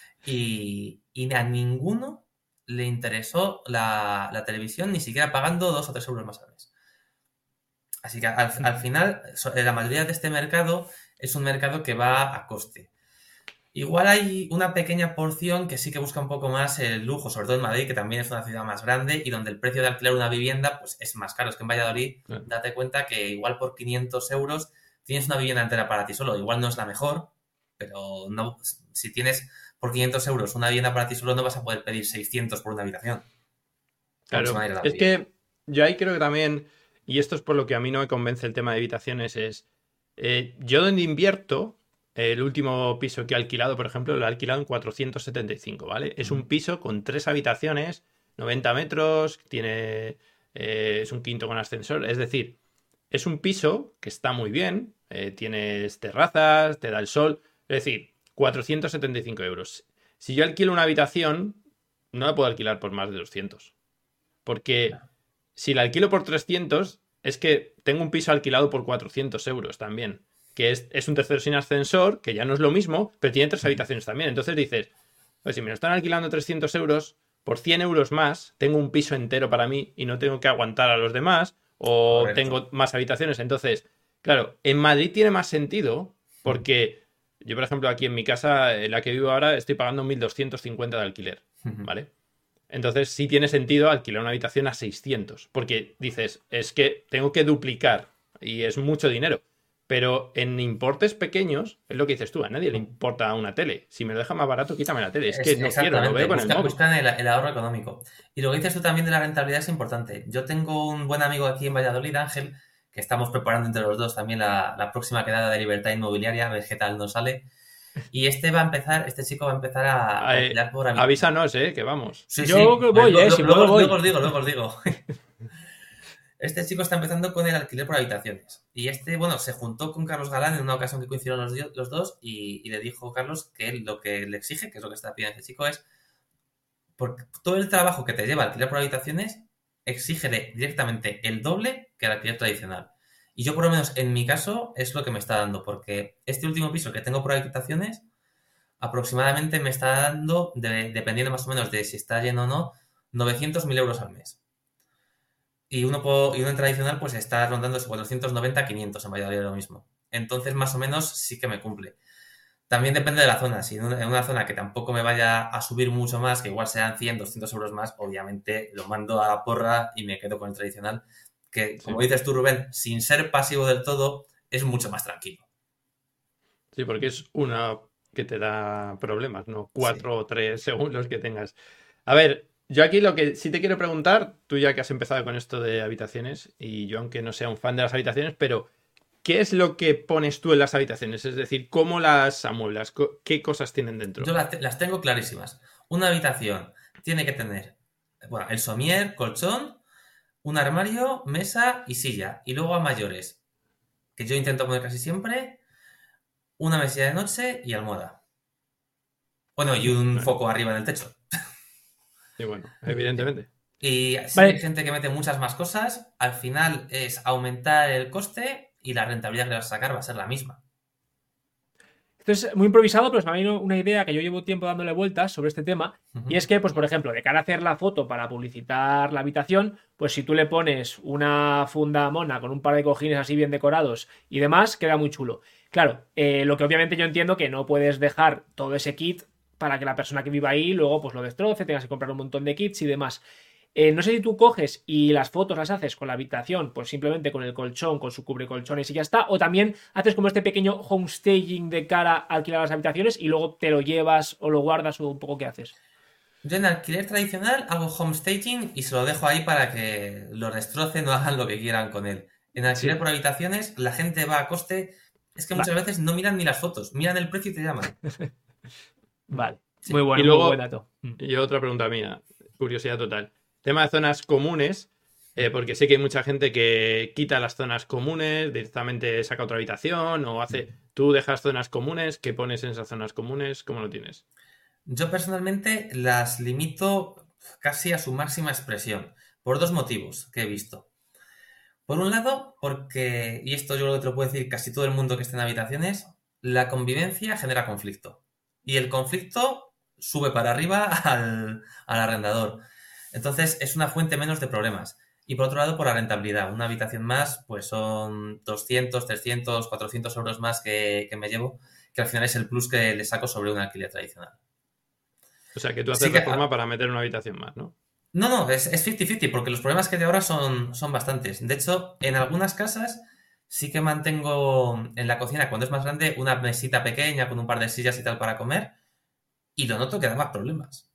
Y a ninguno le interesó la televisión, ni siquiera pagando 2 o 3 euros más al mes. Así que al final, la mayoría de este mercado es un mercado que va a coste. Igual hay una pequeña porción que sí que busca un poco más el lujo, sobre todo en Madrid, que también es una ciudad más grande y donde el precio de alquilar una vivienda pues es más caro. Es que en Valladolid, date cuenta que igual por 500 euros tienes una vivienda entera para ti solo. Igual no es la mejor, pero no, si tienes por 500 euros una vivienda para ti solo, no vas a poder pedir 600 por una habitación. Claro, es que yo ahí creo que también, y esto es por lo que a mí no me convence el tema de habitaciones, es yo donde invierto, el último piso que he alquilado, por ejemplo, lo he alquilado en 475, ¿vale? Es un piso con 3 habitaciones, 90 metros, es un quinto con ascensor, es decir, es un piso que está muy bien, tienes terrazas, te da el sol, es decir, 475 euros. Si yo alquilo una habitación, no la puedo alquilar por más de 200. Porque si la alquilo por 300, es que tengo un piso alquilado por 400 euros también. Que es un tercero sin ascensor, que ya no es lo mismo, pero tiene 3 habitaciones también. Entonces dices, pues si me lo están alquilando 300 euros, por 100 euros más, tengo un piso entero para mí y no tengo que aguantar a los demás. O correcto, tengo más habitaciones. Entonces, claro, en Madrid tiene más sentido porque yo, por ejemplo, aquí en mi casa, en la que vivo ahora, estoy pagando 1.250 de alquiler, ¿vale? Entonces sí tiene sentido alquilar una habitación a 600 porque dices, es que tengo que duplicar y es mucho dinero. Pero en importes pequeños, es lo que dices tú, a nadie le importa una tele. Si me lo deja más barato, quítame la tele. Es que no quiero, lo veo con el móvil. Buscan el ahorro económico. Y lo que dices tú también de la rentabilidad es importante. Yo tengo un buen amigo aquí en Valladolid, Ángel, que estamos preparando entre los dos también la próxima quedada de libertad inmobiliaria, a ver qué tal nos sale. Y este chico va a empezar a alquilar por habitación. Avísanos, que vamos. Sí, Yo sí. voy, si luego voy. Luego os digo. Este chico está empezando con el alquiler por habitaciones. Y se juntó con Carlos Galán en una ocasión que coincidieron los dos y le dijo Carlos que él lo que le exige, que es lo que está pidiendo este chico, es porque todo el trabajo que te lleva alquiler por habitaciones exige directamente el doble que el alquiler tradicional. Y yo, por lo menos, en mi caso, es lo que me está dando, porque este último piso que tengo por habitaciones aproximadamente me está dando, dependiendo más o menos de si está lleno o no, 900.000 euros al mes. Y uno en tradicional pues está rondando esos 490, 500 en Valladolid lo mismo. Entonces, más o menos, sí que me cumple. También depende de la zona. Si en una zona que tampoco me vaya a subir mucho más, que igual sean 100, 200 euros más, obviamente lo mando a la porra y me quedo con el tradicional, que, como dices tú, Rubén, sin ser pasivo del todo, es mucho más tranquilo. Sí, porque es una que te da problemas, no 4 o 3 según los que tengas. A ver, yo aquí lo que sí te quiero preguntar, tú ya que has empezado con esto de habitaciones, y yo aunque no sea un fan de las habitaciones, pero ¿qué es lo que pones tú en las habitaciones? Es decir, ¿cómo las amueblas? ¿Qué cosas tienen dentro? Yo las tengo clarísimas. Una habitación tiene que tener, el somier, colchón, un armario, mesa y silla. Y luego a mayores, que yo intento poner casi siempre, una mesilla de noche y almohada. Bueno, y un foco arriba en el techo. Sí, bueno, evidentemente. Y si hay gente que mete muchas más cosas, al final es aumentar el coste y la rentabilidad que le vas a sacar va a ser la misma. Esto es muy improvisado, pero es una idea que yo llevo tiempo dándole vueltas sobre este tema. Y es que, pues, por ejemplo, de cara a hacer la foto para publicitar la habitación, pues si tú le pones una funda mona con un par de cojines así bien decorados y demás, queda muy chulo. Claro, lo que obviamente yo entiendo que no puedes dejar todo ese kit para que la persona que viva ahí luego pues lo destroce, tengas que comprar un montón de kits y demás. No sé si tú coges y las fotos las haces con la habitación, pues simplemente con el colchón, con su cubrecolchones y ya está, o también haces como este pequeño homestaging de cara a alquilar las habitaciones y luego te lo llevas o lo guardas o un poco qué haces. Yo en alquiler tradicional hago homestaging y se lo dejo ahí para que lo destrocen o hagan lo que quieran con él. En alquiler por habitaciones la gente va a coste, es que muchas veces no miran ni las fotos, miran el precio y te llaman. Vale, sí. Muy bueno, y luego, muy buen dato. Y otra pregunta mía, curiosidad total. Tema de zonas comunes, porque sé que hay mucha gente que quita las zonas comunes, directamente saca otra habitación o hace... ¿Tú dejas zonas comunes? ¿Qué pones en esas zonas comunes? ¿Cómo lo tienes? Yo personalmente las limito casi a su máxima expresión, por dos motivos que he visto. Por un lado, porque, y esto yo creo que te lo puede decir casi todo el mundo que está en habitaciones, la convivencia genera conflicto. Y el conflicto sube para arriba al arrendador. Entonces es una fuente menos de problemas. Y por otro lado, por la rentabilidad. Una habitación más, pues son 200, 300, 400 euros más que me llevo, que al final es el plus que le saco sobre un alquiler tradicional. O sea, que tú haces reforma para meter una habitación más, ¿no? No, es 50-50, porque los problemas que hay ahora son bastantes. De hecho, en algunas casas sí que mantengo en la cocina, cuando es más grande, una mesita pequeña con un par de sillas y tal para comer, y lo noto que da más problemas.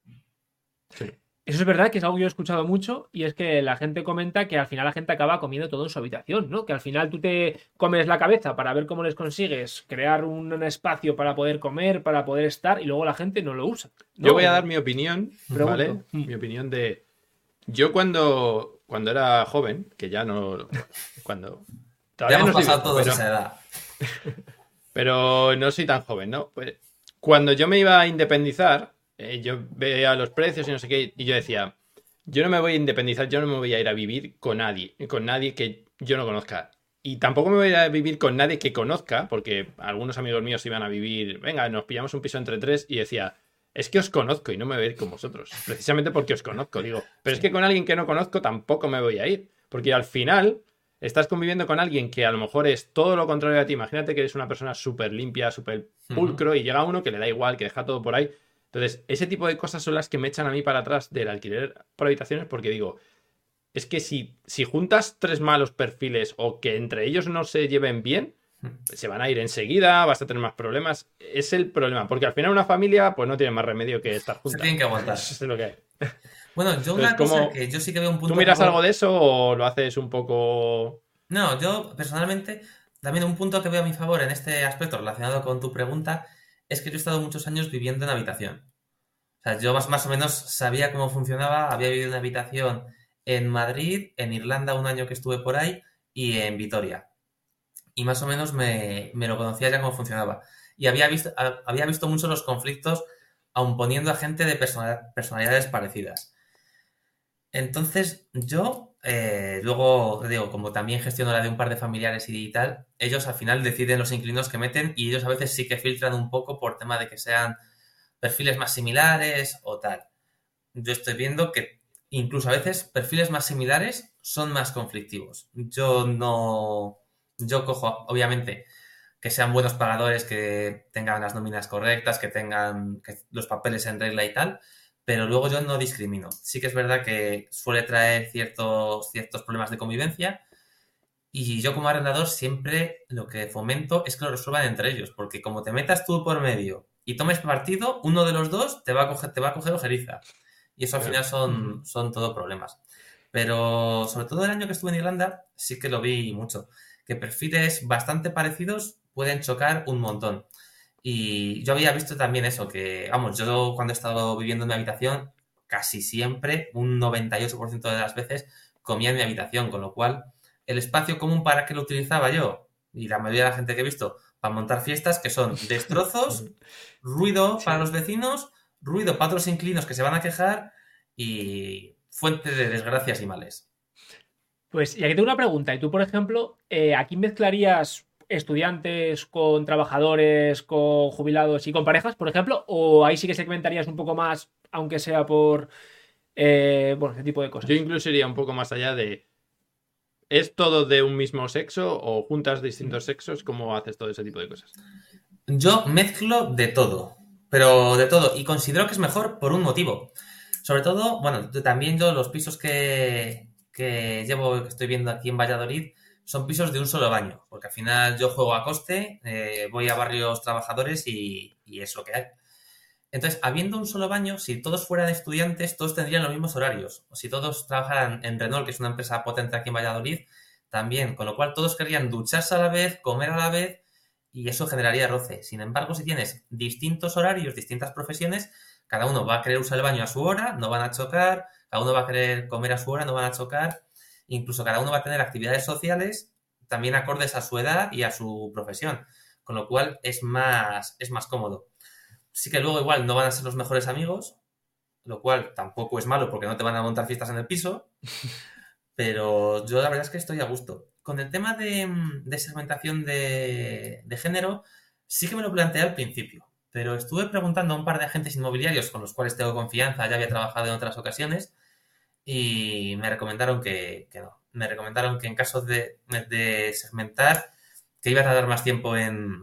Sí. Eso es verdad, que es algo que yo he escuchado mucho, y es que la gente comenta que al final la gente acaba comiendo todo en su habitación, ¿no? Que al final tú te comes la cabeza para ver cómo les consigues crear un espacio para poder comer, para poder estar, y luego la gente no lo usa, ¿no? Yo voy a dar mi opinión, ¿vale? Mi opinión de... Yo cuando era joven, que ya no... Cuando... Ya hemos pasado todos esa edad. Pero no soy tan joven, ¿no? Pues cuando yo me iba a independizar... yo veía los precios y no sé qué, y yo decía, yo no me voy a independizar, yo no me voy a ir a vivir con nadie que yo no conozca. Y tampoco me voy a ir a vivir con nadie que conozca, porque algunos amigos míos iban a vivir, venga, nos pillamos un piso entre tres, y decía, es que os conozco y no me voy a ir con vosotros. Precisamente porque os conozco, digo, pero es que con alguien que no conozco tampoco me voy a ir, porque al final estás conviviendo con alguien que a lo mejor es todo lo contrario a ti. Imagínate que eres una persona súper limpia, súper pulcro, y llega uno que le da igual, que deja todo por ahí. Entonces, ese tipo de cosas son las que me echan a mí para atrás del alquiler por habitaciones, porque digo, es que si juntas tres malos perfiles o que entre ellos no se lleven bien, se van a ir enseguida, vas a tener más problemas. Es el problema, porque al final una familia pues no tiene más remedio que estar juntas. Se tienen que aguantar. Eso es lo que hay. Bueno, yo una cosa que yo sí que veo un punto... ¿Tú miras algo de eso o lo haces un poco...? No, yo personalmente, también un punto que veo a mi favor en este aspecto relacionado con tu pregunta es que yo he estado muchos años viviendo en habitación. O sea, yo más o menos sabía cómo funcionaba, había vivido en habitación en Madrid, en Irlanda un año que estuve por ahí y en Vitoria. Y más o menos me lo conocía ya cómo funcionaba. Y había visto mucho los conflictos aun poniendo a gente de personalidades parecidas. Entonces, yo, luego, digo, como también gestiono la de un par de familiares y tal, ellos al final deciden los inquilinos que meten y ellos a veces sí que filtran un poco por tema de que sean perfiles más similares o tal. Yo estoy viendo que incluso a veces perfiles más similares son más conflictivos. Yo no, yo cojo, obviamente, que sean buenos pagadores, que tengan las nóminas correctas, que tengan los papeles en regla y tal, pero luego yo no discrimino. Sí que es verdad que suele traer ciertos problemas de convivencia y yo como arrendador siempre lo que fomento es que lo resuelvan entre ellos, porque como te metas tú por medio y tomes partido, uno de los dos te va a coger ojeriza. Y eso al final son todo problemas. Pero sobre todo el año que estuve en Irlanda sí que lo vi mucho. Que perfiles bastante parecidos pueden chocar un montón. Y yo había visto también eso, que, vamos, yo cuando he estado viviendo en mi habitación, casi siempre, un 98% de las veces, comía en mi habitación, con lo cual el espacio común para que lo utilizaba yo y la mayoría de la gente que he visto para montar fiestas, que son destrozos, ruido para Sí. los vecinos, ruido para otros inquilinos que se van a quejar y fuente de desgracias y males. Pues, y aquí tengo una pregunta. ¿Y tú, por ejemplo, aquí mezclarías estudiantes con trabajadores, con jubilados y con parejas, por ejemplo? ¿O ahí sí que segmentarías un poco más, aunque sea por, bueno, ese tipo de Yo cosas? incluso iría un poco más allá de, ¿es todo de un mismo sexo o juntas distintos sexos? ¿Cómo haces todo ese tipo de cosas? Yo mezclo de todo, pero de todo, y considero que es mejor por un motivo. Sobre todo, bueno, también yo los pisos que llevo, que estoy viendo aquí en Valladolid, son pisos de un solo baño, porque al final yo juego a coste, voy a barrios trabajadores y es lo que hay. Entonces, habiendo un solo baño, si todos fueran estudiantes, todos tendrían los mismos horarios. O si todos trabajaran en Renault, que es una empresa potente aquí en Valladolid, también. Con lo cual, todos querrían ducharse a la vez, comer a la vez, y eso generaría roce. Sin embargo, si tienes distintos horarios, distintas profesiones, cada uno va a querer usar el baño a su hora, no van a chocar, cada uno va a querer comer a su hora, no van a chocar. Incluso cada uno va a tener actividades sociales también acordes a su edad y a su profesión. Con lo cual, es más cómodo. Sí que luego igual no van a ser los mejores amigos, lo cual tampoco es malo porque no te van a montar fiestas en el piso, pero yo la verdad es que estoy a gusto. Con el tema de segmentación de género, sí que me lo planteé al principio, pero estuve preguntando a un par de agentes inmobiliarios con los cuales tengo confianza, ya había trabajado en otras ocasiones, y me recomendaron que no. Me recomendaron que en caso de segmentar, que iba a tardar más tiempo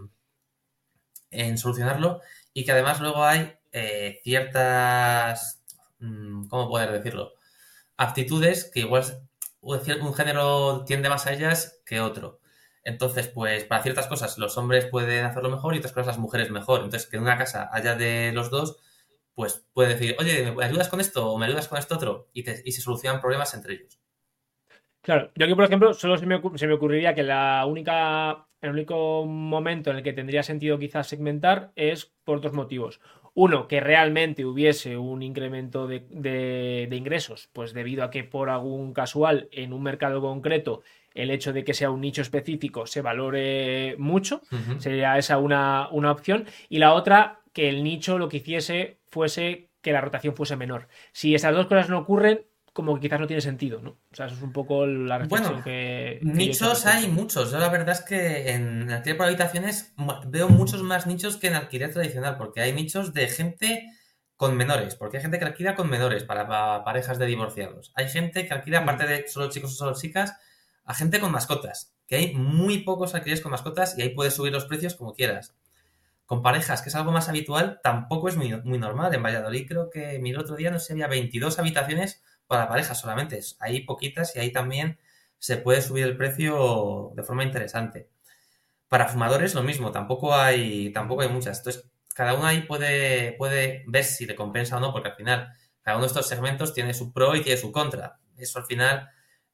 en solucionarlo y que además luego hay ciertas, ¿cómo poder decirlo? Aptitudes que igual un género tiende más a ellas que otro. Entonces, pues para ciertas cosas los hombres pueden hacerlo mejor y otras cosas las mujeres mejor. Entonces, que en una casa haya de los dos, pues puede decir, oye, ¿me ayudas con esto o me ayudas con esto otro? Y se solucionan problemas entre ellos. Claro, yo aquí, por ejemplo, solo se me ocurriría que el único momento en el que tendría sentido quizás segmentar es por dos motivos. Uno, que realmente hubiese un incremento de ingresos, pues debido a que por algún casual en un mercado concreto el hecho de que sea un nicho específico se valore mucho, Uh -huh. sería esa una opción. Y la otra, que el nicho lo que hiciese fuese que la rotación fuese menor. Si esas dos cosas no ocurren, como que quizás no tiene sentido, ¿no? O sea, eso es un poco la Bueno, reflexión que yo he hecho al nichos hay respecto. muchos. Yo la verdad es que en alquiler por habitaciones veo muchos más nichos que en alquiler tradicional, porque hay nichos de gente con menores, porque hay gente que alquila con menores para parejas de divorciados. Hay gente que alquila, aparte de solo chicos o solo chicas, a gente con mascotas, que hay muy pocos alquileres con mascotas y ahí puedes subir los precios como quieras. Con parejas, que es algo más habitual, tampoco es muy normal. En Valladolid creo que miré otro día, no sé, si había 22 habitaciones para parejas solamente. Hay poquitas y ahí también se puede subir el precio de forma interesante. Para fumadores lo mismo, tampoco hay muchas. Entonces, cada uno ahí puede ver si le compensa o no, porque al final cada uno de estos segmentos tiene su pro y tiene su contra. Eso al final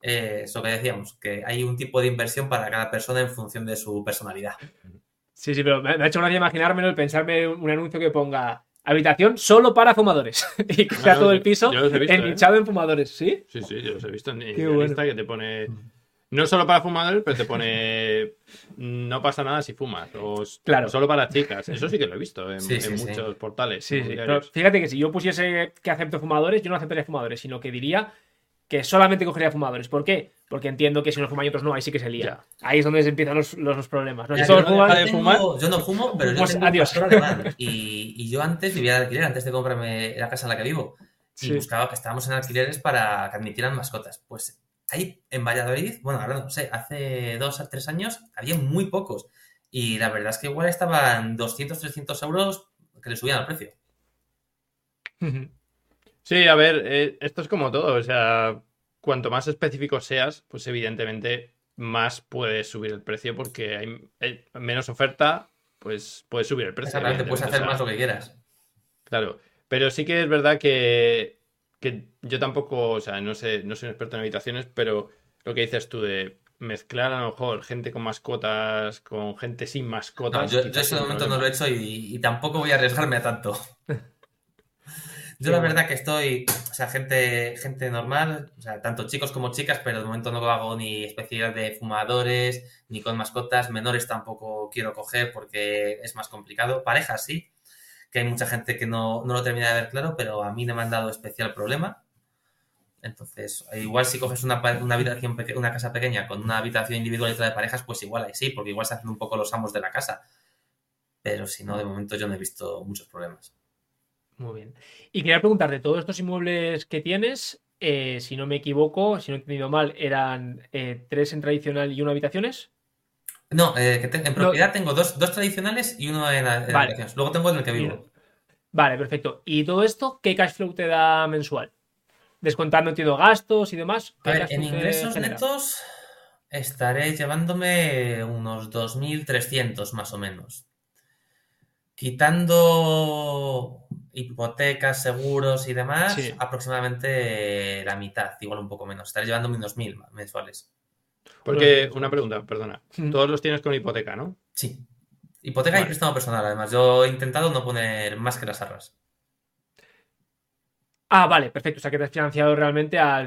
Eso que decíamos, que hay un tipo de inversión para cada persona en función de su personalidad. Sí, pero me ha hecho gracia imaginármelo el pensarme un anuncio que ponga habitación solo para fumadores y que sea todo el piso yo los he visto, ennichado en fumadores, ¿sí? Sí, yo los he visto en bueno. lista que te pone... No solo para fumadores, pero te pone no pasa nada si fumas. O Claro. solo para chicas. Eso sí que lo he visto en Sí, muchos portales. Sí. Pero fíjate que si yo pusiese que acepto fumadores, yo no aceptaría fumadores, sino que diría que solamente cogería fumadores. ¿Por qué? Porque entiendo que si unos fuman y otros no, ahí sí que se lía. Ahí es donde se empiezan los problemas. No sé si todos fuman. Yo no fumo, pero yo Pues tengo adiós. un pastor alemán. Y yo antes vivía de alquiler, antes de comprarme la casa en la que vivo. Y buscaba que estábamos en alquileres para que admitieran mascotas. Pues ahí en Valladolid, bueno, ahora no sé, hace 2 a 3 años había muy pocos. Y la verdad es que igual estaban 200, 300 euros que le subían al precio. Sí, a ver, esto es como todo. O sea, cuanto más específico seas, pues evidentemente más puedes subir el precio porque hay menos oferta, pues puedes subir el precio. Exactamente, puedes hacer más lo que quieras. Claro, pero sí que es verdad que yo tampoco, o sea, no soy un experto en habitaciones, pero lo que dices tú de mezclar a lo mejor gente con mascotas con gente sin mascotas. No, yo ese momento no lo he hecho y tampoco voy a arriesgarme a tanto. Yo la verdad que estoy, o sea, gente normal, o sea, tanto chicos como chicas, pero de momento no hago ni especialidad de fumadores, ni con mascotas, menores tampoco quiero coger porque es más complicado. Parejas sí, que hay mucha gente que no lo termina de ver claro, pero a mí no me han dado especial problema. Entonces, igual si coges una habitación, una casa pequeña con una habitación individual y otra de parejas, pues igual ahí sí, porque igual se hacen un poco los amos de la casa. Pero si no, de momento yo no he visto muchos problemas. Muy bien. Y quería preguntar, de todos estos inmuebles que tienes, si no me equivoco, si no he entendido mal, eran 3 en tradicional y 1 habitaciones. No, en propiedad tengo dos tradicionales y uno en habitaciones. Luego tengo en el que vivo. Vale, perfecto. ¿Y todo esto qué cash flow te da mensual? Descontando, entiendo, gastos y demás. A ver, en ingresos netos estaré llevándome unos 2.300 más o menos. Quitando hipotecas, seguros y demás, Sí. aproximadamente la mitad, igual un poco menos. Estaré llevándome unos 1.000 mensuales. Porque, una pregunta, perdona. Todos los tienes con hipoteca, ¿no? Sí. Hipoteca y préstamo personal, además. Yo he intentado no poner más que las arras. Ah, vale, perfecto. O sea, que te has financiado realmente al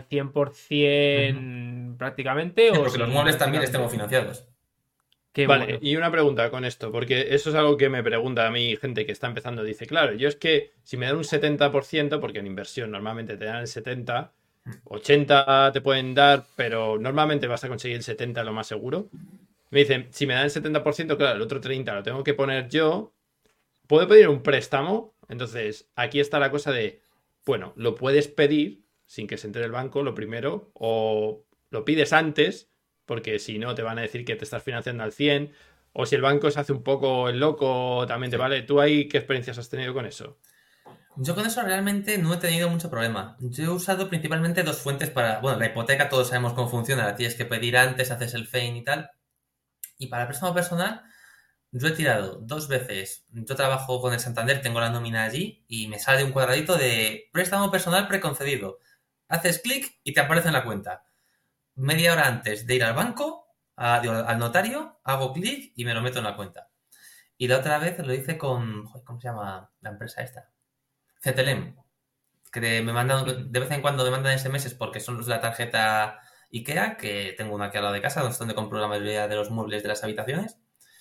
100% prácticamente. Sí, porque los muebles también les tengo financiados. Vale, bueno. y una pregunta con esto, porque eso es algo que me pregunta a mí gente que está empezando. Dice, claro, yo es que si me dan un 70%, porque en inversión normalmente te dan el 70%, 80% te pueden dar, pero normalmente vas a conseguir el 70% lo más seguro. Me dicen, si me dan el 70%, claro, el otro 30% lo tengo que poner yo. ¿Puedo pedir un préstamo? Entonces, aquí está la cosa de, bueno, lo puedes pedir sin que se entere el banco, lo primero, o lo pides antes, porque si no te van a decir que te estás financiando al 100%, o si el banco se hace un poco el loco, también te vale. ¿Tú ahí qué experiencias has tenido con eso? Yo con eso realmente no he tenido mucho problema. Yo he usado principalmente 2 fuentes para... Bueno, la hipoteca todos sabemos cómo funciona, la tienes que pedir antes, haces el FEIN y tal. Y para el préstamo personal, yo he tirado 2 veces. Yo trabajo con el Santander, tengo la nómina allí y me sale un cuadradito de préstamo personal preconcedido. Haces clic y te aparece en la cuenta. Media hora antes de ir al banco, al notario, hago clic y me lo meto en la cuenta. Y la otra vez lo hice con... ¿Cómo se llama la empresa esta? Cetelem. Que me mandan, de vez en cuando me mandan SMS porque son los de la tarjeta IKEA, que tengo una aquí al lado de casa, donde compro la mayoría de los muebles de las habitaciones.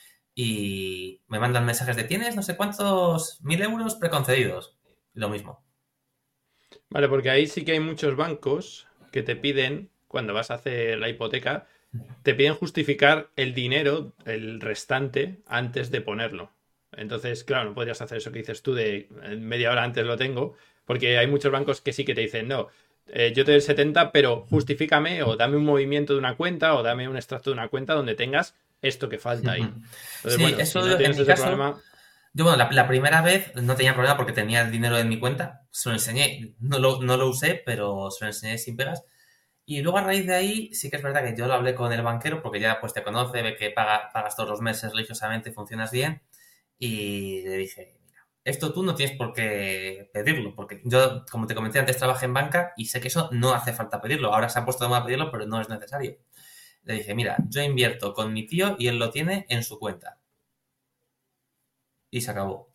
Y me mandan mensajes de tienes no sé cuántos 1.000 euros preconcedidos. Lo mismo. Vale, porque ahí sí que hay muchos bancos que te piden, cuando vas a hacer la hipoteca, te piden justificar el dinero, el restante, antes de ponerlo. Entonces, claro, no podrías hacer eso que dices tú de media hora antes lo tengo, porque hay muchos bancos que sí que te dicen, no, yo te doy el 70, pero justifícame o dame un movimiento de una cuenta o dame un extracto de una cuenta donde tengas esto que falta ahí. Entonces, sí, bueno, eso si no tienes en mi ese caso, problema... Yo, bueno, la primera vez no tenía problema porque tenía el dinero en mi cuenta. Se lo enseñé. No lo usé, pero se lo enseñé sin pegas. Y luego a raíz de ahí sí que es verdad que yo lo hablé con el banquero porque ya pues te conoce, ve que pagas todos los meses religiosamente, funcionas bien. Y le dije, mira, esto tú no tienes por qué pedirlo, porque yo, como te comenté antes, trabajé en banca y sé que eso no hace falta pedirlo. Ahora se ha puesto de moda pedirlo, pero no es necesario. Le dije, mira, yo invierto con mi tío y él lo tiene en su cuenta. Y se acabó.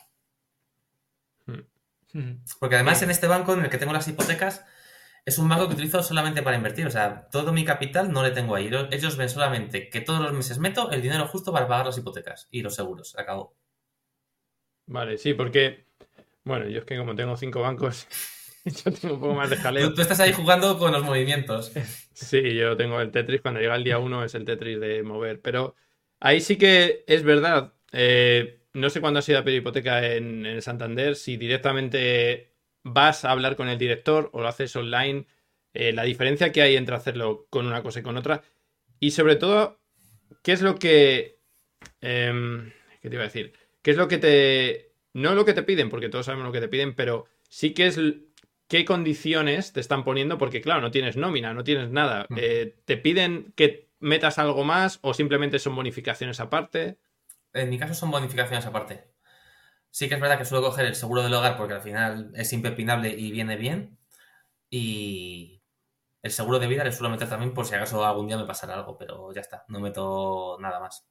Porque además en este banco en el que tengo las hipotecas, es un banco que utilizo solamente para invertir. O sea, todo mi capital no le tengo ahí. Ellos ven solamente que todos los meses meto el dinero justo para pagar las hipotecas y los seguros. Se acabó. Vale, sí, porque, bueno, yo es que como tengo 5 bancos, yo tengo un poco más de jaleo. Tú estás ahí jugando con los movimientos. Sí, yo tengo el Tetris, cuando llega el día 1 es el Tetris de mover, pero ahí sí que es verdad. No sé cuándo has ido a pedir hipoteca en el Santander, si directamente vas a hablar con el director o lo haces online, la diferencia que hay entre hacerlo con una cosa y con otra, y sobre todo, ¿qué es lo que... ¿qué te iba a decir? ¿Qué es lo que te... No lo que te piden, porque todos sabemos lo que te piden, pero sí que es qué condiciones te están poniendo, porque claro, no tienes nómina, no tienes nada. ¿Te piden que metas algo más o simplemente son bonificaciones aparte? En mi caso son bonificaciones aparte. Sí que es verdad que suelo coger el seguro del hogar porque al final es impepinable y viene bien. Y el seguro de vida le suelo meter también por si acaso algún día me pasara algo, pero ya está, no meto nada más.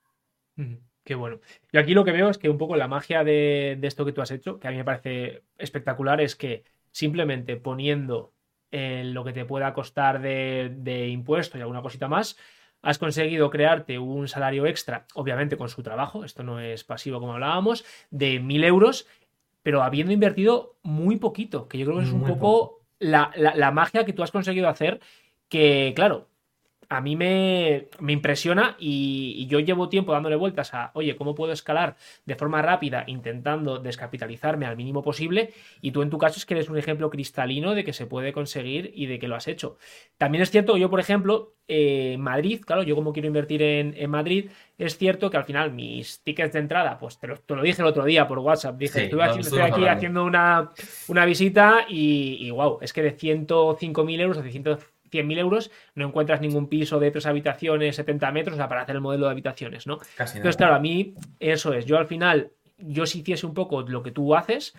Qué bueno. Yo aquí lo que veo es que un poco la magia de esto que tú has hecho, que a mí me parece espectacular, es que simplemente poniendo lo que te pueda costar de impuestos y alguna cosita más, has conseguido crearte un salario extra, obviamente con su trabajo, esto no es pasivo como hablábamos, de 1.000 euros, pero habiendo invertido muy poquito, que yo creo que es un Muy poco poco. la magia que tú has conseguido hacer, que claro, a mí me impresiona y yo llevo tiempo dándole vueltas a, oye, ¿cómo puedo escalar de forma rápida intentando descapitalizarme al mínimo posible? Y tú en tu caso es que eres un ejemplo cristalino de que se puede conseguir y de que lo has hecho. También es cierto que yo, por ejemplo, Madrid, claro, yo como quiero invertir en Madrid, es cierto que al final mis tickets de entrada, pues te lo dije el otro día por WhatsApp, dije, Sí, estoy estuvimos aquí hablando. haciendo una visita y wow, es que de 105.000 euros o de 100.000 euros no encuentras ningún piso de 3 habitaciones, 70 metros, o sea, para hacer el modelo de habitaciones, ¿no? Casi Entonces, nada. claro, a mí eso es, yo al final, yo si hiciese un poco lo que tú haces,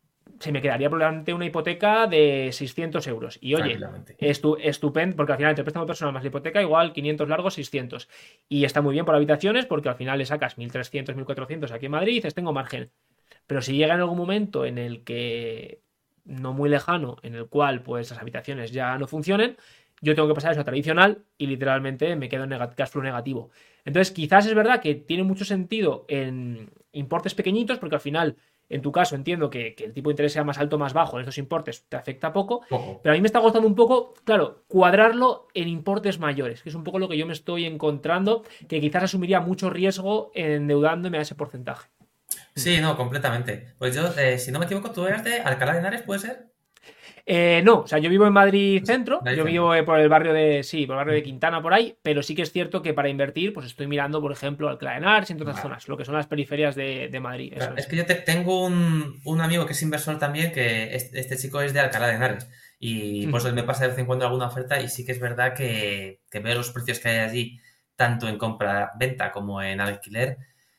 se me quedaría probablemente una hipoteca de 600 euros. Y oye, Tranquilamente. estupendo, porque al final entre el préstamo personal más la hipoteca, igual 500 largos, 600. Y está muy bien por habitaciones, porque al final le sacas 1.300, 1.400 aquí en Madrid y dices, tengo margen. Pero si llega en algún momento en el que, no muy lejano, en el cual pues las habitaciones ya no funcionen, yo tengo que pasar eso a tradicional y literalmente me quedo en cash flow negativo. Entonces, quizás es verdad que tiene mucho sentido en importes pequeñitos, porque al final, en tu caso, entiendo que el tipo de interés sea más alto o más bajo, en estos importes te afecta poco, Poco. pero a mí me está costando un poco, claro, cuadrarlo en importes mayores, que es un poco lo que yo me estoy encontrando, que quizás asumiría mucho riesgo endeudándome a ese porcentaje. Sí, no, completamente. Pues yo, si no me equivoco, tú eres de Alcalá de Henares, ¿puede ser? No, o sea, yo vivo en Madrid Centro, De ahí yo centro. vivo por el barrio de, sí, por el barrio de Quintana por ahí, pero sí que es cierto que para invertir, pues estoy mirando, por ejemplo, Alcalá de Henares y en otras Vale. zonas, lo que son las periferias de Madrid, eso Claro, es es. que yo tengo un amigo que es inversor también, que este chico es de Alcalá de Henares. Y por eso él me pasa de vez en cuando alguna oferta y sí que es verdad que veo los precios que hay allí, tanto en compra-venta como en alquiler,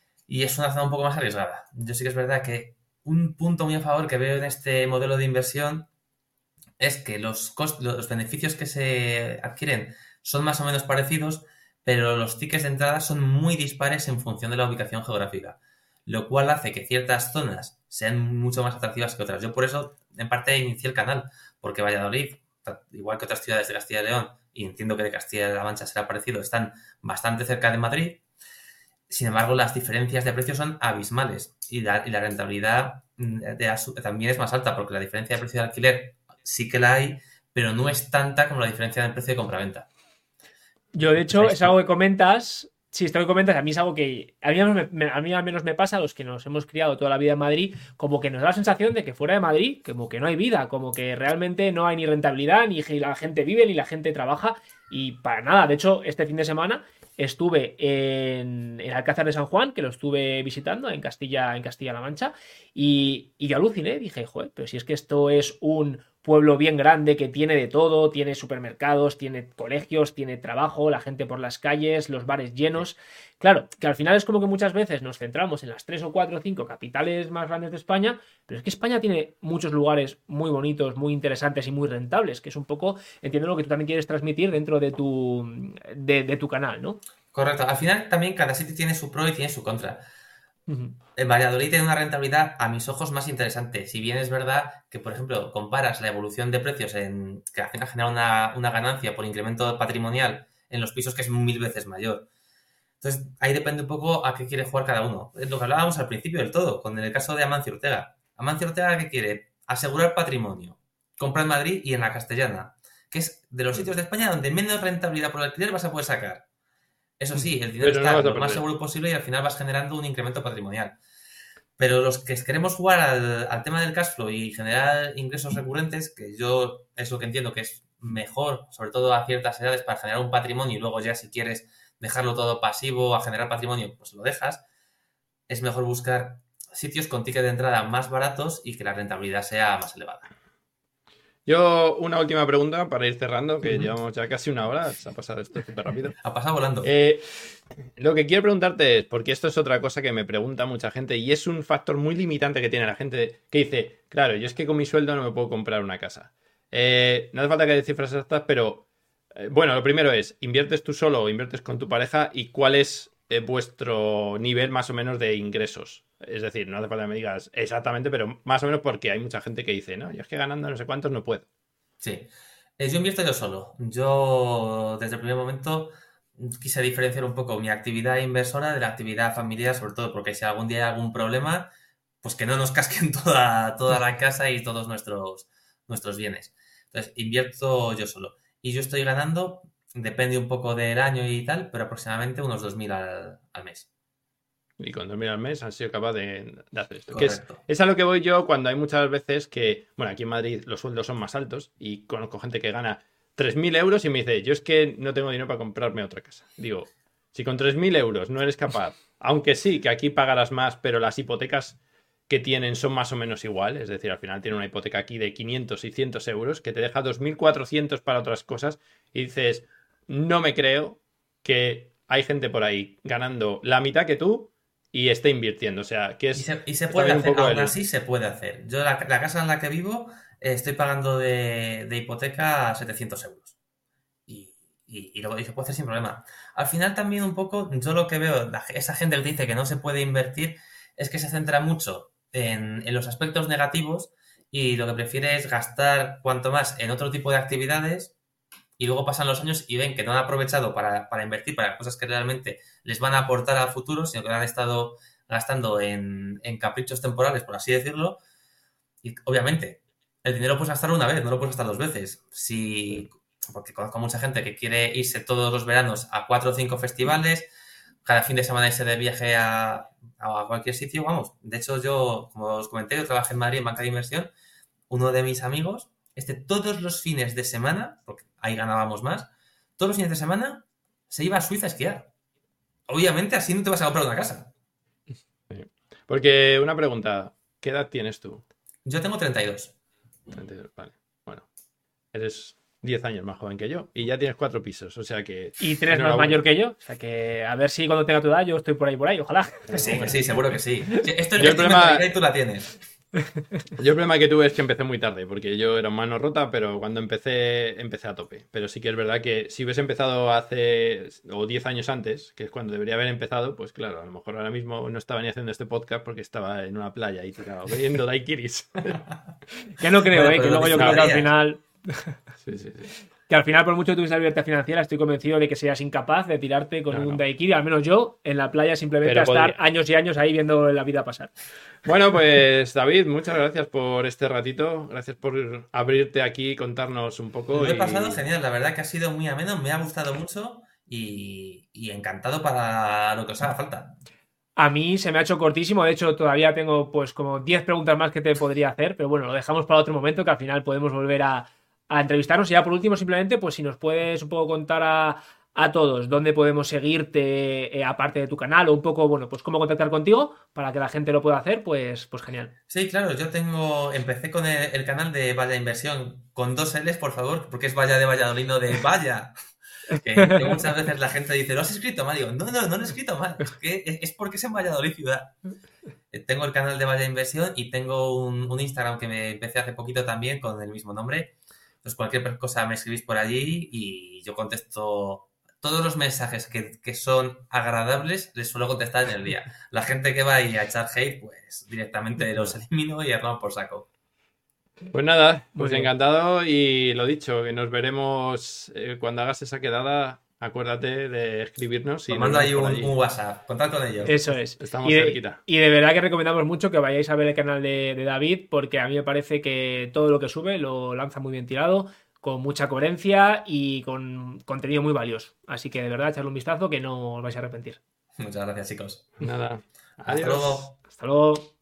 y es una zona un poco más arriesgada. Yo sí que es verdad que un punto muy a favor que veo en este modelo de inversión es que los beneficios que se adquieren son más o menos parecidos, pero los tickets de entrada son muy dispares en función de la ubicación geográfica, lo cual hace que ciertas zonas sean mucho más atractivas que otras. Yo por eso, en parte, inicié el canal, porque Valladolid, igual que otras ciudades de Castilla y León, y entiendo que de Castilla-La Mancha será parecido, están bastante cerca de Madrid. Sin embargo, las diferencias de precios son abismales y la rentabilidad también es más alta, porque la diferencia de precio de alquiler sí que la hay, pero no es tanta como la diferencia del precio de compraventa. Yo, de Entonces, hecho, ahí es algo sí. que comentas. Sí, esto que comentas, a mí es algo que a mí al menos me pasa, a los que nos hemos criado toda la vida en Madrid, como que nos da la sensación de que fuera de Madrid, como que no hay vida, como que realmente no hay ni rentabilidad, ni la gente vive, ni la gente trabaja, y para nada. De hecho, este fin de semana estuve en Alcázar de San Juan, que lo estuve visitando en Castilla-La Mancha, y yo aluciné, dije, joder, pero si es que esto es un pueblo bien grande que tiene de todo, tiene supermercados, tiene colegios, tiene trabajo, la gente por las calles, los bares llenos. Claro, que al final es como que muchas veces nos centramos en las 3 o 4 o 5 capitales más grandes de España, pero es que España tiene muchos lugares muy bonitos, muy interesantes y muy rentables, que es un poco, entiendo lo que tú también quieres transmitir dentro de tu canal, ¿no? Correcto. Al final también cada sitio tiene su pro y tiene su contra. Uh-huh. En Valladolid tiene una rentabilidad a mis ojos más interesante. Si bien es verdad que, por ejemplo, comparas la evolución de precios que ha generado una ganancia por incremento patrimonial en los pisos que es 1000 veces mayor. Entonces, ahí depende un poco a qué quiere jugar cada uno. Es lo que hablábamos al principio del todo, con el caso de Amancio Ortega. Amancio Ortega, ¿qué quiere? Asegurar patrimonio. Compra en Madrid y en la Castellana, que es de los sitios de España donde menos rentabilidad por alquiler vas a poder sacar. Eso sí, el dinero está lo más seguro posible y al final vas generando un incremento patrimonial. Pero los que queremos jugar al tema del cash flow y generar ingresos recurrentes, que yo es lo que entiendo que es mejor, sobre todo a ciertas edades, para generar un patrimonio y luego ya si quieres dejarlo todo pasivo a generar patrimonio, pues lo dejas, es mejor buscar sitios con ticket de entrada más baratos y que la rentabilidad sea más elevada. Yo, una última pregunta para ir cerrando, que llevamos ya casi una hora, se ha pasado esto súper rápido. Ha pasado volando. Lo que quiero preguntarte es, porque esto es otra cosa que me pregunta mucha gente y es un factor muy limitante que tiene la gente que dice, claro, yo es que con mi sueldo no me puedo comprar una casa. No hace falta que dé cifras exactas, pero bueno, lo primero es, ¿inviertes tú solo o inviertes con tu pareja y cuál es vuestro nivel más o menos de ingresos? Es decir, no hace falta que me digas exactamente, pero más o menos porque hay mucha gente que dice, no, yo es que ganando no sé cuántos no puedo. Sí, yo invierto yo solo. Yo desde el primer momento quise diferenciar un poco mi actividad inversora de la actividad familiar, sobre todo porque si algún día hay algún problema, pues que no nos casquen toda la casa y todos nuestros bienes. Entonces, invierto yo solo. Y yo estoy ganando, depende un poco del año y tal, pero aproximadamente unos 2.000 al mes. Y con 2.000 al mes han sido capaz de hacer esto. Correcto. Que es a lo que voy yo cuando hay muchas veces que, bueno, aquí en Madrid los sueldos son más altos y conozco gente que gana 3.000 euros y me dice, yo es que no tengo dinero para comprarme otra casa. Digo, si con 3.000 euros no eres capaz, aunque sí, que aquí pagarás más, pero las hipotecas que tienen son más o menos igual, es decir, al final tiene una hipoteca aquí de 500, 600 euros que te deja 2.400 para otras cosas y dices, no me creo que hay gente por ahí ganando la mitad que tú y esté invirtiendo, o sea, que es... Y se puede hacer, aún así se puede hacer. Yo la casa en la que vivo estoy pagando de hipoteca 700 euros. Y se puede hacer sin problema. Al final también un poco, yo lo que veo, esa gente que dice que no se puede invertir, es que se centra mucho en los aspectos negativos y lo que prefiere es gastar cuanto más en otro tipo de actividades y luego pasan los años y ven que no han aprovechado para invertir para cosas que realmente les van a aportar al futuro, sino que han estado gastando en caprichos temporales, por así decirlo. Y obviamente, el dinero lo puedes gastar una vez, no lo puedes gastar 2 veces. Porque conozco mucha gente que quiere irse todos los veranos a 4 o 5 festivales, cada fin de semana irse de viaje a cualquier sitio, vamos. De hecho, yo, como os comenté, yo trabajé en Madrid en banca de inversión. Uno de mis amigos, todos los fines de semana, porque ahí ganábamos más, todos los fines de semana se iba a Suiza a esquiar. Obviamente así no te vas a comprar una casa. Sí. Porque una pregunta, ¿qué edad tienes tú? Yo tengo 32. 32, vale. Bueno, eres 10 años más joven que yo y ya tienes 4 pisos, o sea que... Y 3 más mayor que yo, o sea que a ver si cuando tenga tu edad yo estoy por ahí, ojalá. Que sí, seguro que sí. Esto es el problema... y tú la tienes. Yo el problema que tuve es que empecé muy tarde, porque yo era mano rota, pero cuando empecé a tope. Pero sí que es verdad que si hubiese empezado hace 10 años antes, que es cuando debería haber empezado, pues claro, a lo mejor ahora mismo no estaba ni haciendo este podcast porque estaba en una playa y tirado viendo daiquiris. Que no creo, que luego yo creo que al final... Sí. Que al final, por mucho que tuvieras libertad financiera, estoy convencido de que seas incapaz de tirarte con un daiquiri, al menos yo, en la playa simplemente a estar años y años ahí viendo la vida pasar. Bueno, pues David, muchas gracias por este ratito, gracias por abrirte aquí y contarnos un poco. Lo he pasado genial, la verdad que ha sido muy ameno, me ha gustado mucho y encantado para lo que os haga falta. A mí se me ha hecho cortísimo, de hecho todavía tengo pues como 10 preguntas más que te podría hacer, pero bueno, lo dejamos para otro momento que al final podemos volver a entrevistarnos. Y ya por último, simplemente, pues si nos puedes un poco contar a todos dónde podemos seguirte aparte de tu canal o un poco, bueno, pues cómo contactar contigo para que la gente lo pueda hacer, pues genial. Sí, claro, empecé con el canal de Vaya Inversión con 2 L's, por favor, porque es Vaya de Valladolid, no de Vaya. Que muchas veces la gente dice, ¿lo has escrito mal? Digo, no lo he escrito mal, es porque es en Valladolid ciudad. Tengo el canal de Vaya Inversión y tengo un Instagram que me empecé hace poquito también con el mismo nombre. Entonces cualquier cosa me escribís por allí y yo contesto todos los mensajes que son agradables, les suelo contestar en el día. La gente que va ahí a echar hate, pues directamente los elimino y armamos por saco. Pues nada, Muy pues bien. encantado y lo dicho, que nos veremos cuando hagas esa quedada. Acuérdate de escribirnos y Os nos mando ahí vemos por allí. un WhatsApp, contad con ellos. Eso es. Estamos Y cerquita. y de verdad que recomendamos mucho que vayáis a ver el canal de David, porque a mí me parece que todo lo que sube lo lanza muy bien tirado, con mucha coherencia y con contenido muy valioso. Así que de verdad, echadle un vistazo que no os vais a arrepentir. Muchas gracias, chicos. Nada, Hasta adiós. luego. Hasta luego.